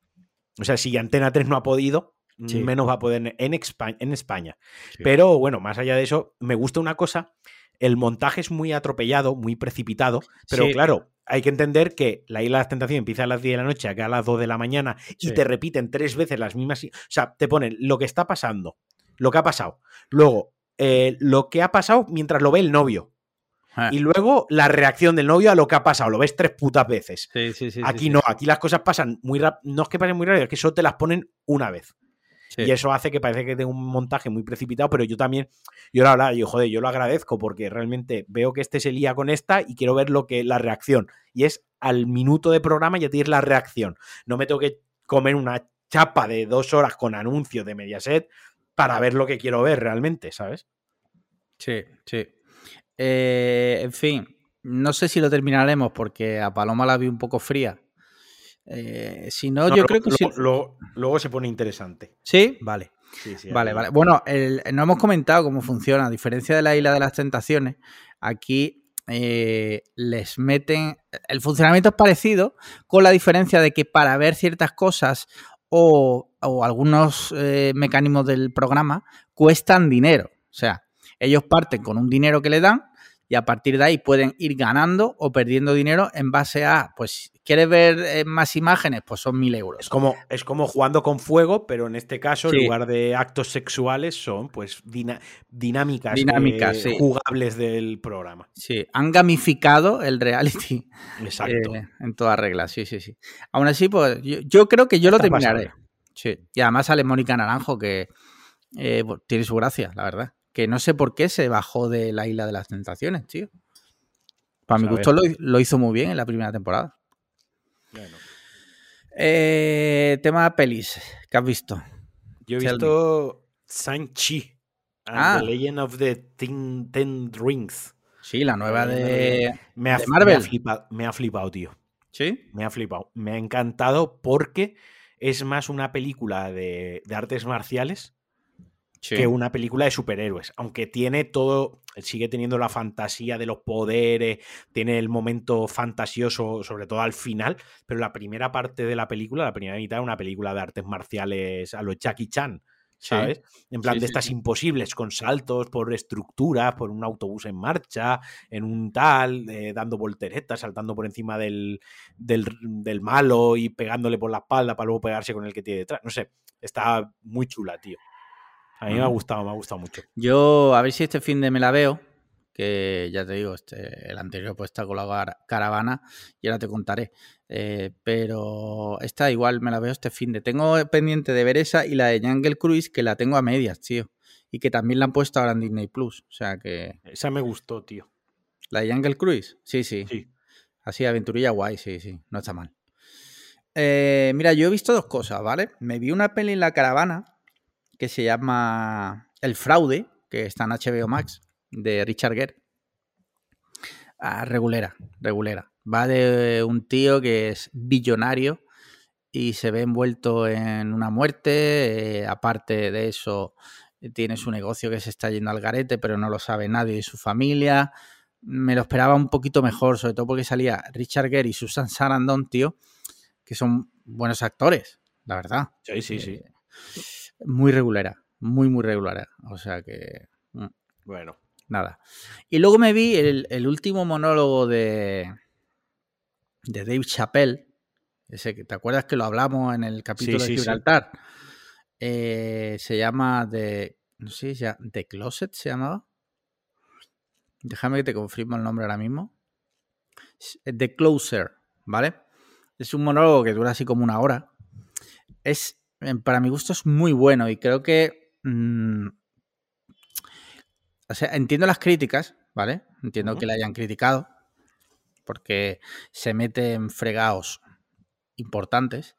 O sea, si Antena tres no ha podido, Sí. menos va a poder en España. En España. Sí. Pero bueno, más allá de eso, me gusta una cosa, el montaje es muy atropellado, muy precipitado, pero Sí. claro, hay que entender que la Isla de las Tentaciones empieza a las diez de la noche, acá a las dos de la mañana, y Sí. te repiten tres veces las mismas... O sea, te ponen lo que está pasando, lo que ha pasado, luego eh, lo que ha pasado mientras lo ve el novio, Ah. y luego la reacción del novio a lo que ha pasado, lo ves tres putas veces. Sí, sí, sí, Aquí sí, no, sí. aquí las cosas pasan muy rápido, no es que pasen muy rápido, es que solo te las ponen una vez. Sí. Y eso hace que parece que tenga un montaje muy precipitado, pero yo también, yo la verdad, yo joder, yo lo agradezco porque realmente veo que este se lía con esta y quiero ver lo que la reacción. Y es al minuto de programa ya tienes la reacción. No me tengo que comer una chapa de dos horas con anuncios de Mediaset para ver lo que quiero ver realmente, ¿sabes? Sí, sí. Eh, en fin, no sé si lo terminaremos porque a Paloma la vi un poco fría. Eh, si no, No, yo lo- creo que lo- sí. lo- luego se pone interesante. ¿Sí? Vale. Sí, sí, Vale, ahí- vale. Bueno, el- no hemos comentado cómo funciona. A diferencia de la Isla de las Tentaciones, aquí eh, les meten... El funcionamiento es parecido, con la diferencia de que para ver ciertas cosas o, o algunos eh, mecanismos del programa cuestan dinero. O sea, ellos parten con un dinero que le dan y a partir de ahí pueden ir ganando o perdiendo dinero en base a, pues, ¿quieres ver eh, más imágenes? Pues son mil euros. Es como, es como jugando con fuego, pero en este caso, Sí. en lugar de actos sexuales, son pues dina- dinámicas, Dinámicas, eh, sí. jugables del programa. Sí, han gamificado el reality Exacto. eh, en toda regla, sí, sí, sí. Aún así, pues yo, yo creo que yo lo Está terminaré. pasable. Sí. Y además sale Mónica Naranjo, que eh, bueno, tiene su gracia, la verdad. Que no sé por qué se bajó de la Isla de las Tentaciones, tío. Para Pues mi a gusto ver. lo, lo hizo muy bien en la primera temporada. Bueno, Eh, tema de pelis que has visto. yo he Tell visto Shang-Chi and Ah. the Legend of the Ten, Ten Rings. Sí, la nueva Eh, de, me ha, de me ha Marvel. flipado, me ha flipado, tío. Sí. Me ha flipado. Me ha encantado porque es más una película de, de artes marciales Sí. que una película de superhéroes. Aunque tiene todo, sigue teniendo la fantasía de los poderes, tiene el momento fantasioso, sobre todo al final, pero la primera parte de la película, la primera mitad, es una película de artes marciales a los Jackie Chan, ¿sabes? Sí. En plan Sí, de sí, estas sí. imposibles, con saltos por estructuras, por un autobús en marcha, en un tal, eh, dando volteretas, saltando por encima del, del, del malo y pegándole por la espalda para luego pegarse con el que tiene detrás. No sé, está muy chula, tío. A mí me ha gustado, me ha gustado mucho. Yo, a ver si este fin de me la veo, que ya te digo, este, el anterior pues está con la gar- caravana y ahora te contaré. Eh, pero esta igual me la veo este fin de. Tengo pendiente de ver esa y la de Jungle Cruise, que la tengo a medias, tío. Y que también la han puesto ahora en Disney Plus. O sea que. Esa me gustó, tío. ¿La de Jungle Cruise? Sí, sí. Sí. Así, aventurilla guay, sí, sí. No está mal. Eh, mira, yo he visto dos cosas, ¿vale? Me vi una peli en la caravana que se llama El Fraude, que está en H B O Max, de Richard Gere. Ah, regulera, regulera. Va de un tío que es billonario y se ve envuelto en una muerte. Eh, aparte de eso, tiene su negocio que se está yendo al garete, pero no lo sabe nadie de su familia. Me lo esperaba un poquito mejor, sobre todo porque salía Richard Gere y Susan Sarandon, tío, que son buenos actores, la verdad. Sí, sí, sí. Eh, muy regulera, muy, muy regulera. O sea que... mm, Bueno. nada. Y luego me vi el, el último monólogo de, de Dave Chappelle. Ese que, ¿te acuerdas que lo hablamos en el capítulo Sí, de sí, Gibraltar? Eh, se llama The, no sé, ya, The Closet se llamaba. Déjame que te confirmo el nombre ahora mismo. The Closer, ¿vale? Es un monólogo que dura así como una hora. Es, para mi gusto, es muy bueno y creo que... Mmm, o sea, entiendo las críticas, ¿vale? Entiendo Uh-huh. que le hayan criticado porque se mete en fregados importantes,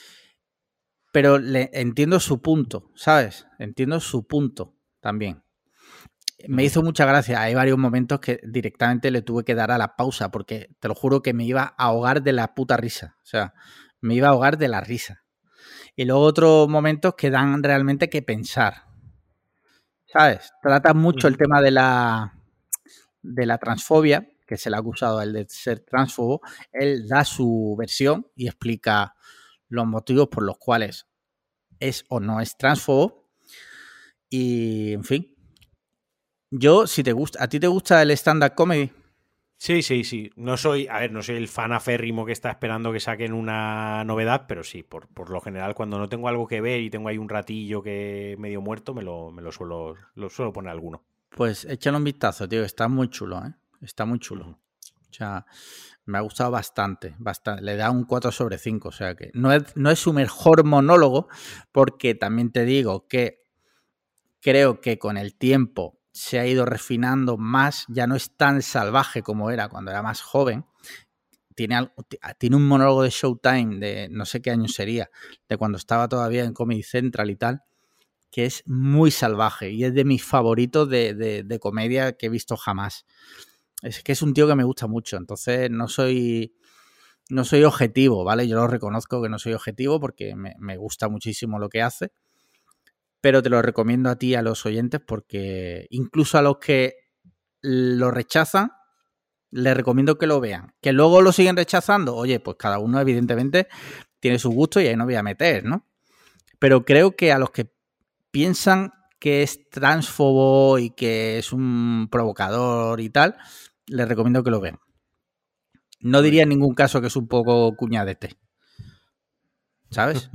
pero le entiendo su punto, ¿sabes? Entiendo su punto también. Me hizo mucha gracia. Hay varios momentos que directamente le tuve que dar a la pausa porque te lo juro que me iba a ahogar de la puta risa. O sea, me iba a ahogar de la risa. Y luego otros momentos que dan realmente que pensar. ¿Sabes? Trata mucho uh-huh. el tema de la, de la transfobia, que se le ha acusado a él de ser transfobo. Él da su versión y explica los motivos por los cuales es o no es transfobo. Y, en fin. Yo, si te gusta, ¿a ti te gusta el stand-up comedy? Sí, sí, sí. No soy, a ver, no soy el fan aférrimo que está esperando que saquen una novedad, pero sí, por, por lo general, cuando no tengo algo que ver y tengo ahí un ratillo que medio muerto, me lo, me lo suelo, lo suelo poner alguno. Pues échale un vistazo, tío, está muy chulo, ¿eh? Está muy chulo. Uh-huh. O sea, me ha gustado bastante, bastante. Le da un cuatro sobre cinco, o sea que no es, no es su mejor monólogo, porque también te digo que creo que con el tiempo se ha ido refinando más, ya no es tan salvaje como era cuando era más joven. Tiene, tiene un monólogo de Showtime de no sé qué año sería, de cuando estaba todavía en Comedy Central y tal, que es muy salvaje y es de mis favoritos de, de, de comedia que he visto jamás. Es que es un tío que me gusta mucho, entonces no soy, no soy objetivo, ¿vale? Yo lo reconozco que no soy objetivo porque me, me gusta muchísimo lo que hace, pero te lo recomiendo a ti y a los oyentes porque incluso a los que lo rechazan, les recomiendo que lo vean. Que luego lo siguen rechazando, oye, pues cada uno evidentemente tiene su gusto y ahí no voy a meter, ¿no? Pero creo que a los que piensan que es transfobo y que es un provocador y tal, les recomiendo que lo vean. No diría en ningún caso que es un poco cuñadete, ¿sabes?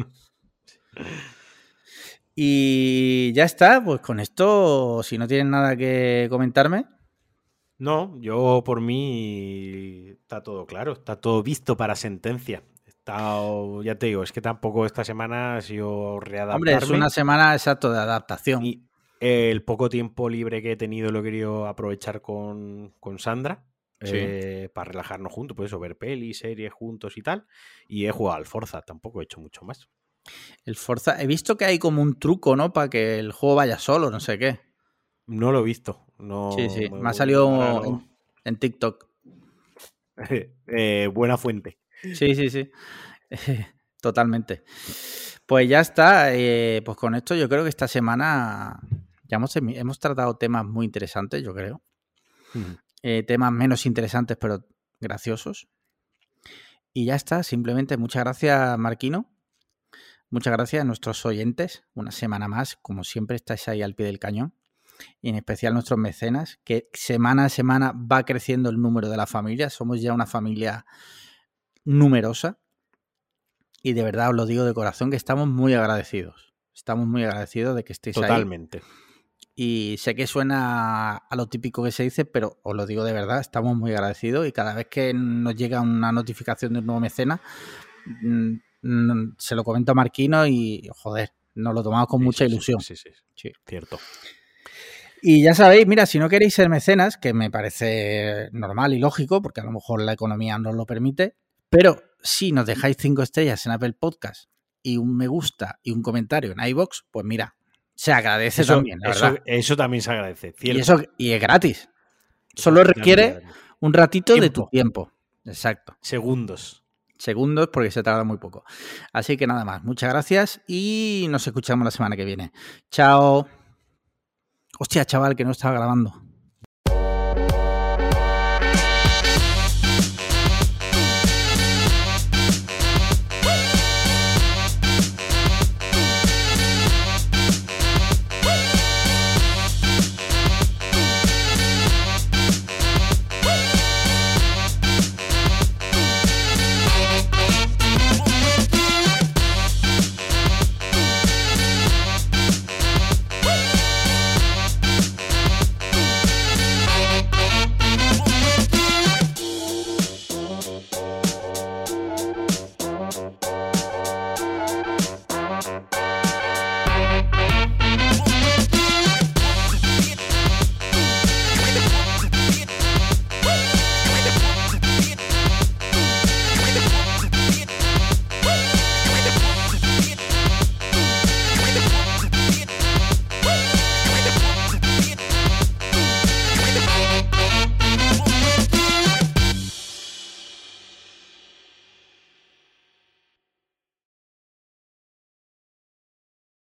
Y ya está, pues con esto, si no tienen nada que comentarme. No, yo por mí está todo claro, está todo visto para sentencia. Está, ya te digo, es que tampoco esta semana ha sido readaptarme. Hombre, es una semana exacto de adaptación. Y el poco tiempo libre que he tenido lo he querido aprovechar con, con Sandra. Sí. Eh, para relajarnos juntos, pues eso, ver pelis, series juntos y tal. Y he jugado al Forza, tampoco he hecho mucho más. El Forza, he visto que hay como un truco, ¿no? Para que el juego vaya solo, no sé qué. No lo he visto. No, sí, sí, me, me ha salido no... en, en TikTok. eh, buena fuente. Sí, sí, sí. Totalmente. Pues ya está. Eh, pues con esto yo creo que esta semana ya hemos, hemos tratado temas muy interesantes, yo creo. Uh-huh. Eh, temas menos interesantes, pero graciosos. Y ya está. Simplemente muchas gracias, Marquino. Muchas gracias a nuestros oyentes. Una semana más. Como siempre, estáis ahí al pie del cañón. Y en especial nuestros mecenas, que semana a semana va creciendo el número de la familia. Somos ya una familia numerosa. Y de verdad os lo digo de corazón que estamos muy agradecidos. Estamos muy agradecidos de que estéis Totalmente. ahí. Totalmente. Y sé que suena a lo típico que se dice, pero os lo digo de verdad, estamos muy agradecidos y cada vez que nos llega una notificación de un nuevo mecena, mmm, se lo comento a Marquino y, joder, nos lo tomamos con sí, mucha sí, ilusión. Sí, sí, sí, sí, cierto. Y ya sabéis, mira, si no queréis ser mecenas, que me parece normal y lógico, porque a lo mejor la economía no os lo permite, Pero si nos dejáis cinco estrellas en Apple Podcast y un me gusta y un comentario en iVoox, pues mira, se agradece eso, también, la eso, verdad. Eso también se agradece. Cierto. Y, eso, y es gratis. Solo requiere un ratito tiempo. de tu tiempo. Exacto. Segundos. Segundos porque se tarda muy poco. Así que nada más. Muchas gracias y nos escuchamos la semana que viene. Chao. Hostia, chaval, que no estaba grabando.